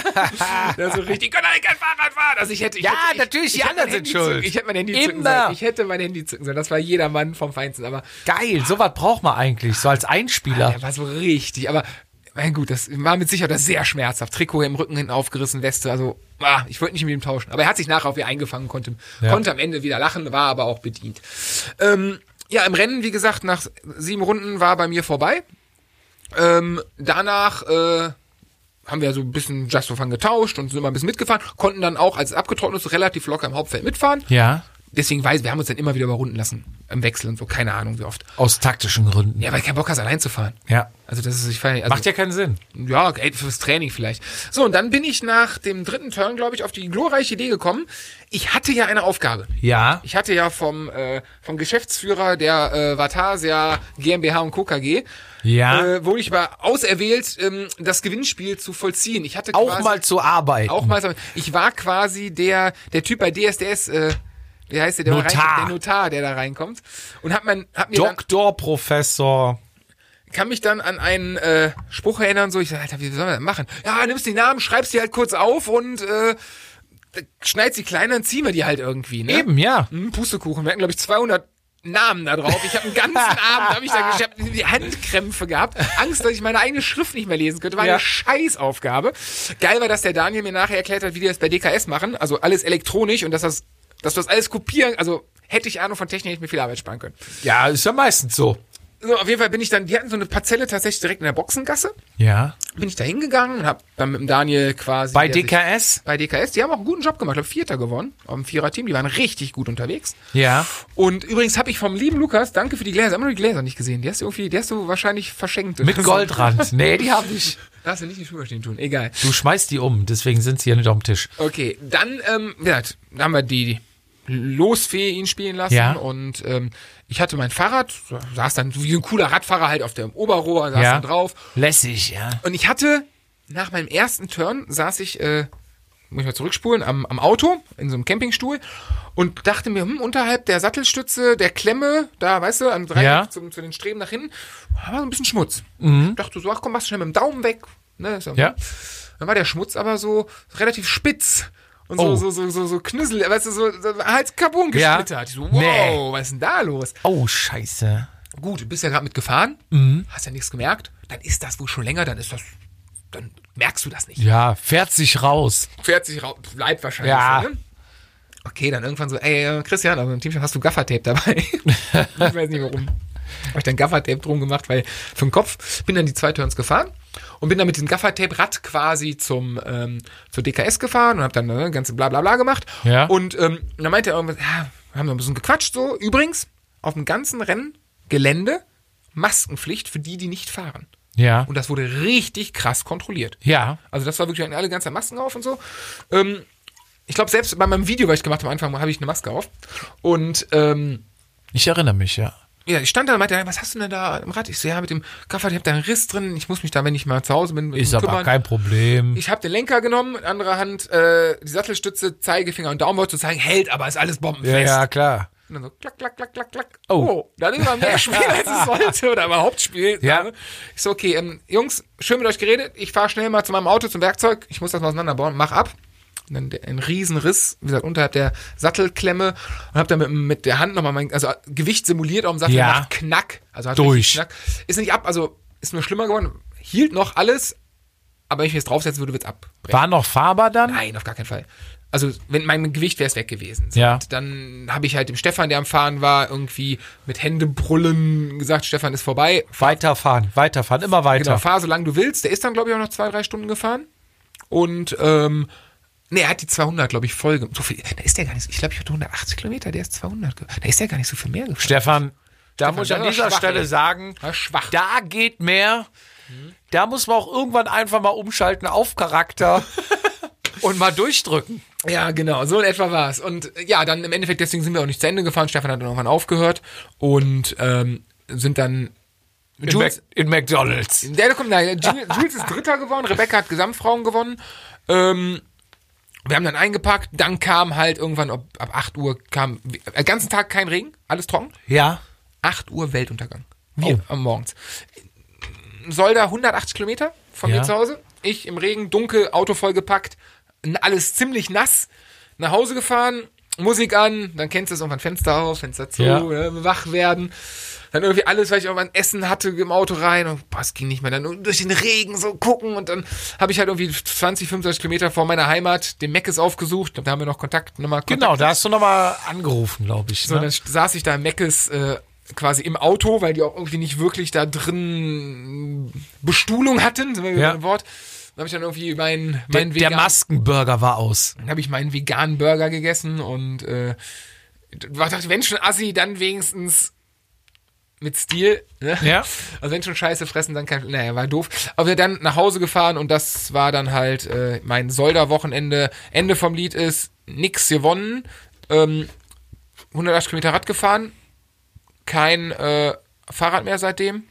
S2: Der ist so richtig, ich kann eigentlich kein Fahrrad fahren. Also ich hätte, ich
S1: Ja,
S2: hätte, ich,
S1: natürlich, die
S2: ich hätte
S1: anderen
S2: mein
S1: sind
S2: Handy
S1: schuld.
S2: Zücken, ich hätte mein Handy
S1: Immer.
S2: zücken sollen. Ich hätte mein Handy zücken sollen. Das war jeder Mann vom Feinsten, aber
S1: Geil, sowas braucht man eigentlich, so als Einspieler.
S2: der war so richtig, aber mein gut, das war mit Sicherheit sehr schmerzhaft. Trikot im Rücken hinten aufgerissen, Weste, also ah, ich wollte nicht mit ihm tauschen. Aber er hat sich nachher auch wieder eingefangen, konnte,
S1: Ja.
S2: konnte am Ende wieder lachen, war aber auch bedient. Ähm, ja, im Rennen, wie gesagt, nach sieben Runden war bei mir vorbei. Ähm, danach äh, haben wir so ein bisschen Just for Fun getauscht und sind immer ein bisschen mitgefahren, konnten dann auch, als es abgetrocknet ist, relativ locker im Hauptfeld mitfahren.
S1: Ja,
S2: Deswegen weiß, wir haben uns dann immer wieder überrunden lassen im Wechsel und so, keine Ahnung wie oft.
S1: aus taktischen Gründen.
S2: Ja, weil ich keinen Bock hast, allein zu fahren.
S1: Ja.
S2: Also das ist, ich feier, also,
S1: Macht ja keinen Sinn.
S2: ja, ey, fürs Training vielleicht. So, und dann bin ich nach dem dritten Turn, glaube ich, auf die glorreiche Idee gekommen. Ich hatte ja eine Aufgabe.
S1: Ja.
S2: Ich hatte ja vom, äh, vom Geschäftsführer der äh, Vatasia GmbH und Co. K G,
S1: Ja.
S2: äh, wurde ich war auserwählt, ähm, das Gewinnspiel zu vollziehen. Ich hatte
S1: Auch
S2: quasi,
S1: mal zu arbeiten.
S2: auch mal, ich war quasi der, der Typ bei D S D S, äh, wie heißt der, der,
S1: Notar.
S2: Rein, der Notar, der da reinkommt. Und hab, man, hab mir dann,
S1: Doktor, Professor.
S2: kann mich dann an einen äh, Spruch erinnern, so, ich sag, Alter, wie sollen wir das machen? Ja, nimmst die Namen, schreibst die halt kurz auf und äh, schneidest die klein, dann ziehen wir die halt irgendwie, ne?
S1: Eben, ja.
S2: Hm, Pustekuchen. Wir hatten, glaube ich, zweihundert Namen da drauf. Ich habe einen ganzen Abend, habe ich da ich hab die Handkrämpfe gehabt. Angst, dass ich meine eigene Schrift nicht mehr lesen könnte. War
S1: Ja.
S2: eine Scheißaufgabe. Geil war, dass der Daniel mir nachher erklärt hat, wie die das bei D K S machen. Also alles elektronisch und dass das, dass du das alles kopieren, also hätte ich Ahnung von Technik, hätte ich mir viel Arbeit sparen können.
S1: Ja, ist ja meistens so.
S2: So, auf jeden Fall bin ich dann, die hatten so eine Parzelle tatsächlich direkt in der Boxengasse.
S1: Ja.
S2: Bin ich da hingegangen und hab dann mit dem Daniel quasi...
S1: Bei
S2: der
S1: D
S2: sich-
S1: K S?
S2: Bei D K S, die haben auch einen guten Job gemacht. Ich glaube, Vierter gewonnen auf dem Vierer-Team. Die waren richtig gut unterwegs.
S1: Ja.
S2: Und übrigens habe ich vom lieben Lukas, danke für die Gläser, immer noch die Gläser nicht gesehen. Die hast du irgendwie, die hast du wahrscheinlich verschenkt.
S1: Mit Goldrand. Nee, die habe ich.
S2: Darfst du nicht in die Schuhmaschine tun, egal.
S1: Du schmeißt die um, deswegen sind sie hier nicht auf dem Tisch.
S2: Okay, dann, ähm, ja, dann haben wir die Losfee ihn spielen lassen
S1: Ja.
S2: und ähm, ich hatte mein Fahrrad, saß dann wie ein cooler Radfahrer halt auf dem Oberrohr, saß
S1: Ja.
S2: dann drauf.
S1: Lässig, ja.
S2: Und ich hatte, nach meinem ersten Turn, saß ich, äh, muss ich mal zurückspulen, am, am Auto, in so einem Campingstuhl und dachte mir, hm, unterhalb der Sattelstütze, der Klemme, da, weißt du, an drei,
S1: Ja.
S2: zu, zu den Streben nach hinten, war so ein bisschen Schmutz.
S1: Mhm.
S2: Dachte so, ach komm, machst du schnell mit dem Daumen weg. Ne, ist
S1: Ja.
S2: Dann war der Schmutz aber so relativ spitz. Und
S1: Oh.
S2: so, so, so, so, so Knüssel, weißt du, so, so halt Carbon
S1: Ja.
S2: gesplittert. Ich so, wow,
S1: Nee.
S2: was ist denn da los?
S1: Oh, scheiße.
S2: Gut, du bist ja gerade mitgefahren,
S1: Mhm.
S2: hast ja nichts gemerkt, dann ist das wohl schon länger, dann ist das, dann merkst du das nicht.
S1: Ja, fährt sich raus.
S2: Fährt sich raus, bleibt wahrscheinlich
S1: Ja.
S2: so, ne? Okay, dann irgendwann so, ey, äh, Christian, also im Teamchef hast du Gaffertape dabei. Ich weiß nicht warum. Habe ich dann Gaffertape drum gemacht, weil für den Kopf bin dann die zwei Turns gefahren und bin dann mit diesem Gaffertape-Rad quasi zum ähm, zur D K S gefahren und habe dann ne, ganze bla bla bla gemacht.
S1: Ja.
S2: Und ähm, dann meinte er irgendwas, ja, wir haben noch ein bisschen gequatscht so. Übrigens, auf dem ganzen Renngelände Maskenpflicht für die, die nicht fahren.
S1: Ja.
S2: Und das wurde richtig krass kontrolliert.
S1: Ja.
S2: Also das war wirklich alle ganze Masken auf und so. Ähm, ich glaube, selbst bei meinem Video, was ich gemacht habe am Anfang, habe ich eine Maske auf. Und ähm,
S1: Ich erinnere mich, ja.
S2: ja, ich stand da und meinte, was hast du denn da im Rad? Ich so, ja, mit dem Koffer, ich habe da einen Riss drin. Ich muss mich da, wenn ich mal zu Hause bin,
S1: Ist
S2: drum
S1: aber
S2: kümmern.
S1: kein Problem.
S2: Ich habe den Lenker genommen, in anderer Hand äh, die Sattelstütze, Zeigefinger und Daumen, wollte zu zeigen, hält, aber ist alles
S1: Ja,
S2: bombenfest.
S1: ja, klar.
S2: Und dann so klack, klack, klack, klack, klack.
S1: Oh.
S2: Oh, dann ist man mehr Spiel, als es sollte. Oder überhaupt Spiel.
S1: Ja.
S2: Ich so, okay, ähm, Jungs, schön mit euch geredet. Ich fahre schnell mal zu meinem Auto, zum Werkzeug. Ich muss das mal auseinanderbauen. Mach ab. Und dann der- ein Riesenriss, wie gesagt, unterhalb der Sattelklemme. Und hab dann mit, mit der Hand nochmal mein, also Gewicht simuliert auf dem Sattel.
S1: Ja.
S2: Macht Knack. Also hat
S1: Durch.
S2: richtig Knack. Ist nicht ab, also ist nur schlimmer geworden. Hielt noch alles. Aber wenn ich mir jetzt draufsetzen würde, wird's abbrechen.
S1: War noch fahrbar dann?
S2: Nein, auf gar keinen Fall. Also, wenn mein Gewicht wäre es weg gewesen. So,
S1: Ja.
S2: und dann habe ich halt dem Stefan, der am Fahren war, irgendwie mit Händebrüllen gesagt, Stefan ist vorbei.
S1: Weiterfahren, weiterfahren, immer weiter.
S2: Genau, fahr, solange du willst. Der ist dann, glaube ich, auch noch zwei, drei Stunden gefahren. Und, ähm, nee, er hat die zweihundert, glaube ich, voll. ge- So viel, da ist der gar nicht so, ich glaube, ich hatte hundertachtzig Kilometer, der ist zweihundert. ge- Da ist der gar nicht so viel mehr gefahren.
S1: Stefan, da
S2: Stefan,
S1: muss ich an
S2: der war
S1: dieser
S2: schwach,
S1: Stelle
S2: ey.
S1: sagen,
S2: War schwach.
S1: da geht mehr. Da muss man auch irgendwann einfach mal umschalten auf Charakter und mal durchdrücken.
S2: Ja, genau, so in etwa war es. Und äh, ja, dann im Endeffekt, deswegen sind wir auch nicht zu Ende gefahren. Stefan hat dann irgendwann aufgehört und ähm, sind dann
S1: In,
S2: Jules,
S1: Mac in McDonalds.
S2: Der kommt, nein, Jules, Jules ist Dritter geworden, Rebecca hat Gesamtfrauen gewonnen. Ähm, wir haben dann eingepackt, dann kam halt irgendwann ab, ab acht Uhr kam, äh, den ganzen Tag kein Regen, alles trocken.
S1: Ja.
S2: acht Uhr Weltuntergang. Wir
S1: Oh.
S2: am Morgens. Solda hundertachtzig Kilometer von
S1: Ja.
S2: mir zu Hause. Ich im Regen, dunkel, Auto vollgepackt, n- alles ziemlich nass. Nach Hause gefahren, Musik an, dann kennst du es irgendwann Fenster auf, Fenster zu,
S1: Ja.
S2: äh, wach werden. Dann irgendwie alles, was ich irgendwann Essen hatte, im Auto rein und boah, es ging nicht mehr. Dann durch den Regen so gucken und dann habe ich halt irgendwie zwanzig, fünfundzwanzig Kilometer vor meiner Heimat den Meckes aufgesucht. Da haben wir noch Kontakt, nochmal Kontakt.
S1: Genau, da hast du nochmal angerufen, glaube ich.
S2: So,
S1: Ne?
S2: dann saß ich da im Meckes äh, quasi im Auto, weil die auch irgendwie nicht wirklich da drin Bestuhlung hatten, sind wir wieder
S1: Ja.
S2: beim Wort. Dann habe ich dann irgendwie meinen
S1: Der,
S2: mein
S1: der Maskenburger war aus.
S2: Dann habe ich meinen veganen Burger gegessen und äh, war dachte, wenn schon Assi, dann wenigstens mit Stil. Ne?
S1: Ja.
S2: Also wenn schon Scheiße fressen, dann kein. Naja, war doof. Aber wir dann nach Hause gefahren und das war dann halt äh, mein Solda-Wochenende. Ende vom Lied ist nix gewonnen. Ähm, hundertachtzig Kilometer Rad gefahren. Kein äh, Fahrrad mehr seitdem.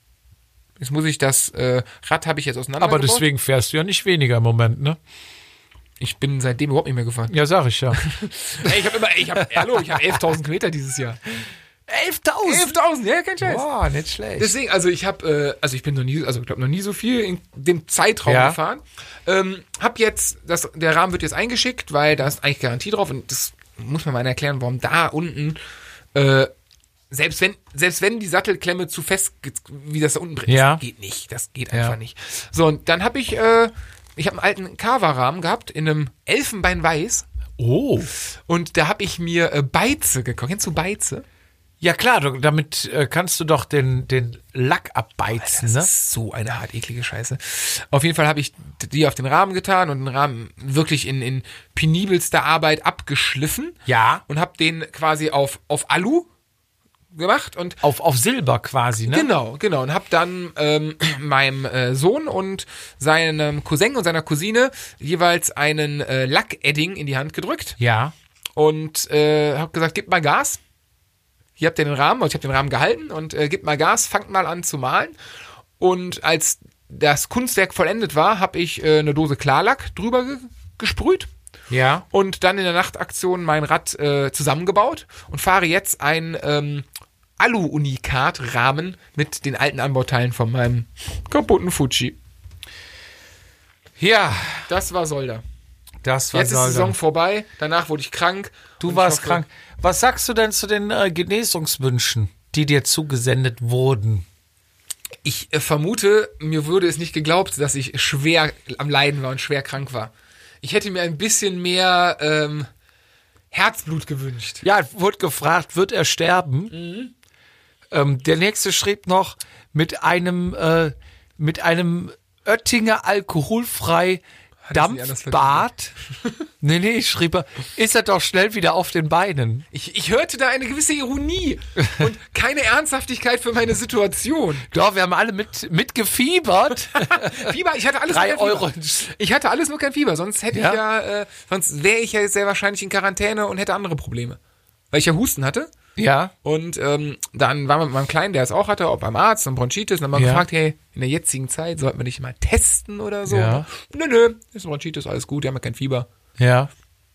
S2: Jetzt muss ich das äh, Rad habe ich jetzt auseinander.
S1: Aber deswegen fährst du ja nicht weniger im Moment, ne?
S2: Ich bin seitdem überhaupt nicht mehr gefahren.
S1: Ja, sag ich ja.
S2: Ey, ich habe immer, ich habe, hallo, ich habe elftausend Kilometer dieses Jahr.
S1: elftausend?
S2: elftausend, ja, kein Scheiß.
S1: Boah, nicht schlecht.
S2: Deswegen, also ich habe, äh, also ich bin noch nie, also ich glaube noch nie so viel in dem Zeitraum
S1: Ja.
S2: gefahren. Ähm, hab jetzt, das, der Rahmen wird jetzt eingeschickt, weil da ist eigentlich Garantie drauf und das muss man mal erklären, warum da unten äh, selbst wenn, selbst wenn die Sattelklemme zu fest, wie das da unten drin ist,
S1: Ja.
S2: geht nicht. Das geht einfach
S1: Ja.
S2: nicht. So, und dann habe ich, äh, ich habe einen alten Carver-Rahmen gehabt in einem Elfenbeinweiß
S1: Oh.
S2: und da habe ich mir äh, Beize gekauft. Kennst du Beize?
S1: Ja klar, du, damit äh, kannst du doch den, den Lack abbeizen,
S2: Das
S1: ne?
S2: ist so eine hart eklige Scheiße. Auf jeden Fall habe ich die auf den Rahmen getan und den Rahmen wirklich in, in penibelster Arbeit abgeschliffen.
S1: Ja.
S2: Und habe den quasi auf, auf Alu gemacht und
S1: Auf, auf Silber quasi, ne?
S2: genau, genau. Und habe dann ähm, meinem äh, Sohn und seinem Cousin und seiner Cousine jeweils einen äh, Lackedding in die Hand gedrückt
S1: Ja.
S2: und äh, habe gesagt, gib mal Gas. Hier habt ihr den Rahmen, also ich habe den Rahmen gehalten und äh, gebt mal Gas, fangt mal an zu malen. Und als das Kunstwerk vollendet war, habe ich äh, eine Dose Klarlack drüber ge gesprüht
S1: Ja.
S2: und dann in der Nachtaktion mein Rad äh, zusammengebaut und fahre jetzt ein ähm, Alu-Unikat-Rahmen mit den alten Anbauteilen von meinem kaputten Fuji.
S1: Ja,
S2: Das war Solda.
S1: das war
S2: Jetzt ist die
S1: Solda.
S2: Saison vorbei, danach wurde ich krank.
S1: Du
S2: und ich
S1: warst
S2: hoffe-
S1: krank. Was sagst du denn zu den äh, Genesungswünschen, die dir zugesendet wurden?
S2: Ich äh, vermute, mir würde es nicht geglaubt, dass ich schwer am Leiden war und schwer krank war. Ich hätte mir ein bisschen mehr ähm, Herzblut gewünscht.
S1: Ja, wurde gefragt, wird er sterben?
S2: Mhm.
S1: Ähm, der nächste schrieb noch mit einem äh, mit einem Oettinger alkoholfrei
S2: Hat er sich anders
S1: Dampfbad. nee, nee, schrieb er, ist er doch schnell wieder auf den Beinen.
S2: Ich, ich hörte da eine gewisse Ironie und keine Ernsthaftigkeit für meine Situation.
S1: Doch, wir haben alle mit mitgefiebert.
S2: Fieber, ich hatte alles
S1: Drei
S2: nur kein
S1: Euro.
S2: Fieber. Ich hatte alles nur kein Fieber, sonst hätte
S1: Ja?
S2: ich ja, äh, sonst wäre ich ja jetzt sehr wahrscheinlich in Quarantäne und hätte andere Probleme. Weil ich ja Husten hatte.
S1: Ja.
S2: Und ähm, dann waren wir mit meinem Kleinen, der es auch hatte, auch beim Arzt und Bronchitis. Und dann haben wir
S1: Ja.
S2: gefragt, hey, in der jetzigen Zeit sollten wir dich mal testen oder so.
S1: Ja.
S2: Nö, nö, ist Bronchitis, alles gut, wir haben ja kein Fieber.
S1: Ja.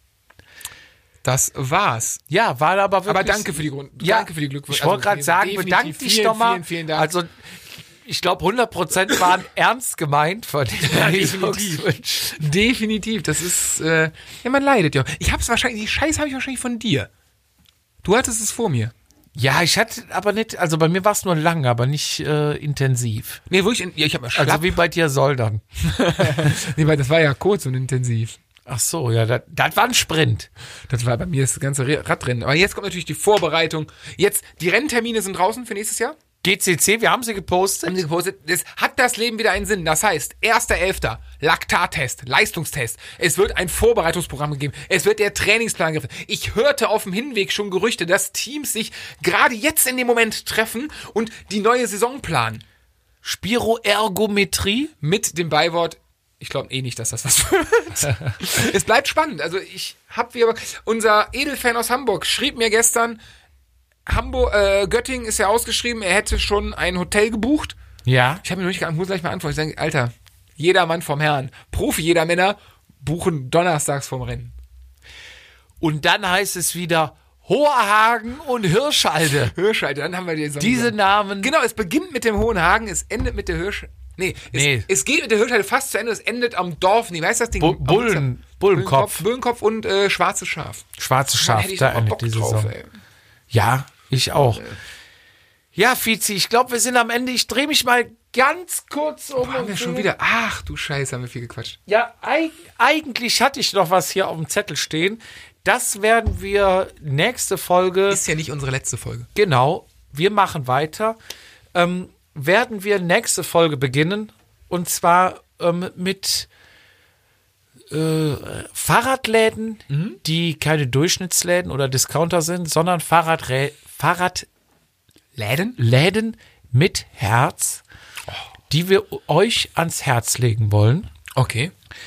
S2: Das war's.
S1: Ja, war aber wirklich.
S2: Aber danke für die Grund,
S1: Ja,
S2: danke für die Glückwünsche.
S1: Ich wollte
S2: Also,
S1: gerade sagen,
S2: definitiv
S1: bedank dich
S2: vielen,
S1: doch mal.
S2: Vielen, vielen Dank.
S1: Also, ich glaube, hundert Prozent waren ernst gemeint von den
S2: Ja, definitiv.
S1: Genesungswünschen.
S2: Definitiv, das ist, äh, ja, man leidet ja. Ich hab's wahrscheinlich, die Scheiße habe ich wahrscheinlich von dir. Du hattest es vor mir.
S1: Ja, ich hatte aber nicht, also bei mir war es nur lang, aber nicht äh, intensiv.
S2: Nee, wirklich, ja, ich hab mal schlapp.
S1: Also wie bei dir soll dann.
S2: nee, weil das war ja kurz und intensiv.
S1: Ach so, ja, das, das war ein Sprint.
S2: Das war bei mir das ganze Re- Radrennen. Aber jetzt kommt natürlich die Vorbereitung. Jetzt, die Renntermine sind draußen für nächstes Jahr.
S1: G C C, wir haben sie gepostet.
S2: Haben sie gepostet. Es hat das Leben wieder einen Sinn. Das heißt, erster Elfter Laktattest, Leistungstest. Es wird ein Vorbereitungsprogramm gegeben. Es wird der Trainingsplan gegriffen. Ich hörte auf dem Hinweg schon Gerüchte, dass Teams sich gerade jetzt in dem Moment treffen und die neue Saison planen.
S1: Spiroergometrie.
S2: Mit dem Beiwort, ich glaube eh nicht, dass das was wird. Es bleibt spannend. Also ich hab wie aber, unser Edelfan aus Hamburg schrieb mir gestern, Hamburg, äh, Göttingen ist ja ausgeschrieben, er hätte schon ein Hotel gebucht.
S1: Ja.
S2: Ich habe mir noch nicht geantwortet, muss gleich mal antworten. Ich sage, Alter, jeder Mann vom Herrn, Profi jeder Männer, buchen donnerstags vom Rennen.
S1: Und dann heißt es wieder Hoherhagen und Hirschalde.
S2: Hirschalde, dann haben wir die Saison.
S1: Diese Namen.
S2: Genau, es beginnt mit dem Hohenhagen, es endet mit der Hirsch... Nee, es,
S1: Nee.
S2: es geht mit der Hirschalde fast zu Ende, es endet am Dorf, nee, weißt du das Ding?
S1: Bu
S2: Am-
S1: Bullen, Bullenkopf.
S2: Bullenkopf und äh, schwarzes Schaf.
S1: Schwarzes
S2: Da
S1: Schaf,
S2: hätte ich
S1: da
S2: noch mal
S1: endet
S2: Bock
S1: die
S2: drauf,
S1: Saison.
S2: ey.
S1: Ja, ich auch. Ja, Fizi, ich glaube, wir sind am Ende. Ich drehe mich mal ganz kurz um.
S2: Haben
S1: und
S2: wir schon
S1: will-
S2: wieder... Ach, du Scheiße, haben wir viel gequatscht.
S1: Ja, eig eigentlich hatte ich noch was hier auf dem Zettel stehen. Das werden wir nächste Folge.
S2: Ist ja nicht unsere letzte Folge.
S1: Genau, wir machen weiter. Ähm, werden wir nächste Folge beginnen. Und zwar ähm, mit äh, Fahrradläden,
S2: Mhm.
S1: die keine Durchschnittsläden oder Discounter sind, sondern Fahrradrä Fahrradläden
S2: Läden?
S1: mit Herz, die wir euch ans Herz legen wollen.
S2: Okay.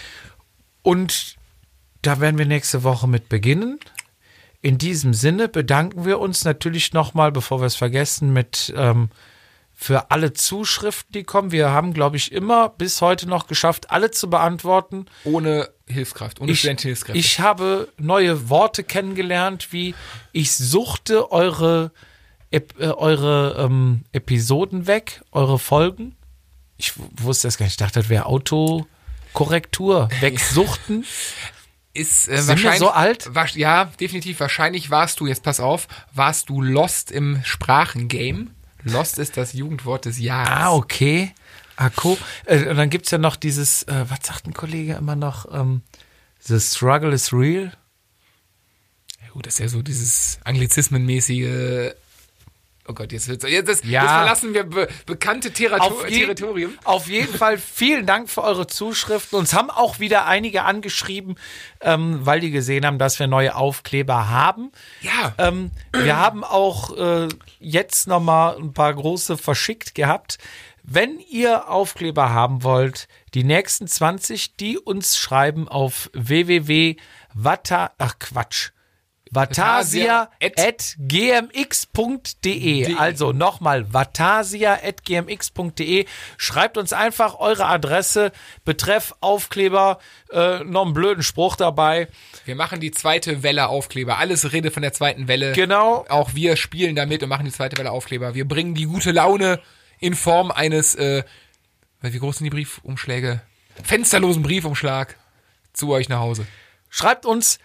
S1: Und da werden wir nächste Woche mit beginnen. In diesem Sinne bedanken wir uns natürlich nochmal, bevor wir es vergessen, mit ähm, für alle Zuschriften, die kommen. Wir haben, glaube ich, immer bis heute noch geschafft, alle zu beantworten.
S2: Ohne Hilfskraft, ohne
S1: Ich,
S2: Studentenhilfskräfte.
S1: ich habe neue Worte kennengelernt, wie ich suchte eure, Ep äh, eure ähm, Episoden weg, eure Folgen. Ich w- wusste das gar nicht. Ich dachte, das wäre Autokorrektur. Wegsuchten.
S2: Ist äh,
S1: Sind
S2: wahrscheinlich
S1: wir so alt?
S2: War, ja, definitiv. Wahrscheinlich warst du, jetzt pass auf, warst du lost im Sprachengame. Lost ist das Jugendwort des Jahres.
S1: Ah, okay. Akko. Äh, und dann gibt's ja noch dieses, äh, was sagt ein Kollege immer noch? Ähm, The struggle is real.
S2: Ja gut, das ist ja so dieses Anglizismenmäßige. Oh Gott, jetzt, wird's, jetzt, jetzt,
S1: Ja.
S2: jetzt verlassen wir be bekannte Terrato
S1: Auf je-
S2: Territorium.
S1: Auf jeden Fall vielen Dank für eure Zuschriften. Uns haben auch wieder einige angeschrieben, ähm, weil die gesehen haben, dass wir neue Aufkleber haben.
S2: Ja.
S1: Ähm, wir haben auch äh, jetzt nochmal ein paar große verschickt gehabt. Wenn ihr Aufkleber haben wollt, die nächsten zwanzig, die uns schreiben auf www.vata, ach Quatsch, vatasia at g m x punkt d e. Also nochmal vatasia at g m x punkt d e. Schreibt uns einfach eure Adresse, betreff Aufkleber, äh, noch einen blöden Spruch dabei.
S2: Wir machen die zweite Welle Aufkleber. Alles Rede von der zweiten Welle.
S1: Genau.
S2: Auch wir spielen damit und machen die zweite Welle Aufkleber. Wir bringen die gute Laune in Form eines, äh, wie groß sind die Briefumschläge? Fensterlosen Briefumschlag zu euch nach Hause.
S1: Schreibt uns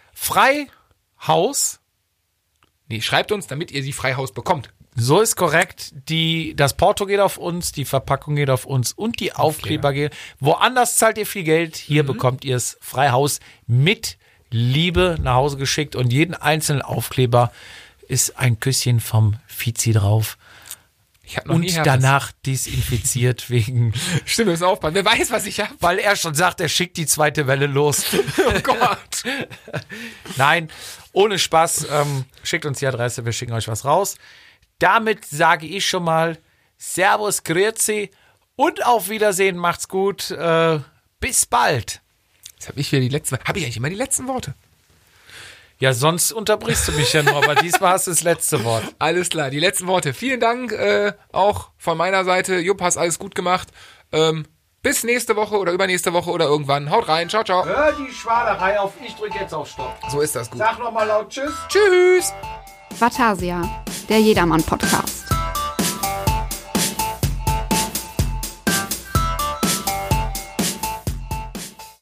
S1: Freihaus.
S2: Nee, schreibt uns, damit ihr die Freihaus bekommt.
S1: So ist korrekt. Die, das Porto geht auf uns, die Verpackung geht auf uns und die Aufkleber gehen. Woanders zahlt ihr viel Geld. Hier bekommt ihr es Freihaus mit Liebe nach Hause geschickt und jeden einzelnen Aufkleber ist ein Küsschen vom Fizi drauf.
S2: Ich hab noch nie
S1: Und
S2: Herpes.
S1: danach desinfiziert wegen,
S2: Stimmt, wir müssen aufpassen. Wer weiß, was ich hab.
S1: weil er schon sagt, er schickt die zweite Welle los.
S2: Oh Gott.
S1: Nein, ohne Spaß. Ähm, schickt uns die Adresse, wir schicken euch was raus. Damit sage ich schon mal Servus, Grüezi und auf Wiedersehen. Macht's gut. Äh, bis bald.
S2: Jetzt habe ich wieder die letzten. Habe ich eigentlich immer die letzten Worte?
S1: Ja, sonst unterbrichst du mich ja nur, aber diesmal hast du das letzte Wort.
S2: Alles klar, die letzten Worte. Vielen Dank äh, auch von meiner Seite. Jupp, hast alles gut gemacht. Ähm, bis nächste Woche oder übernächste Woche oder irgendwann. Haut rein. Ciao, ciao.
S1: Hör die Schwalerei auf. Ich drücke jetzt auf Stopp.
S2: So ist das gut.
S1: Sag nochmal laut Tschüss.
S2: Tschüss.
S3: Vatasia, der Jedermann-Podcast.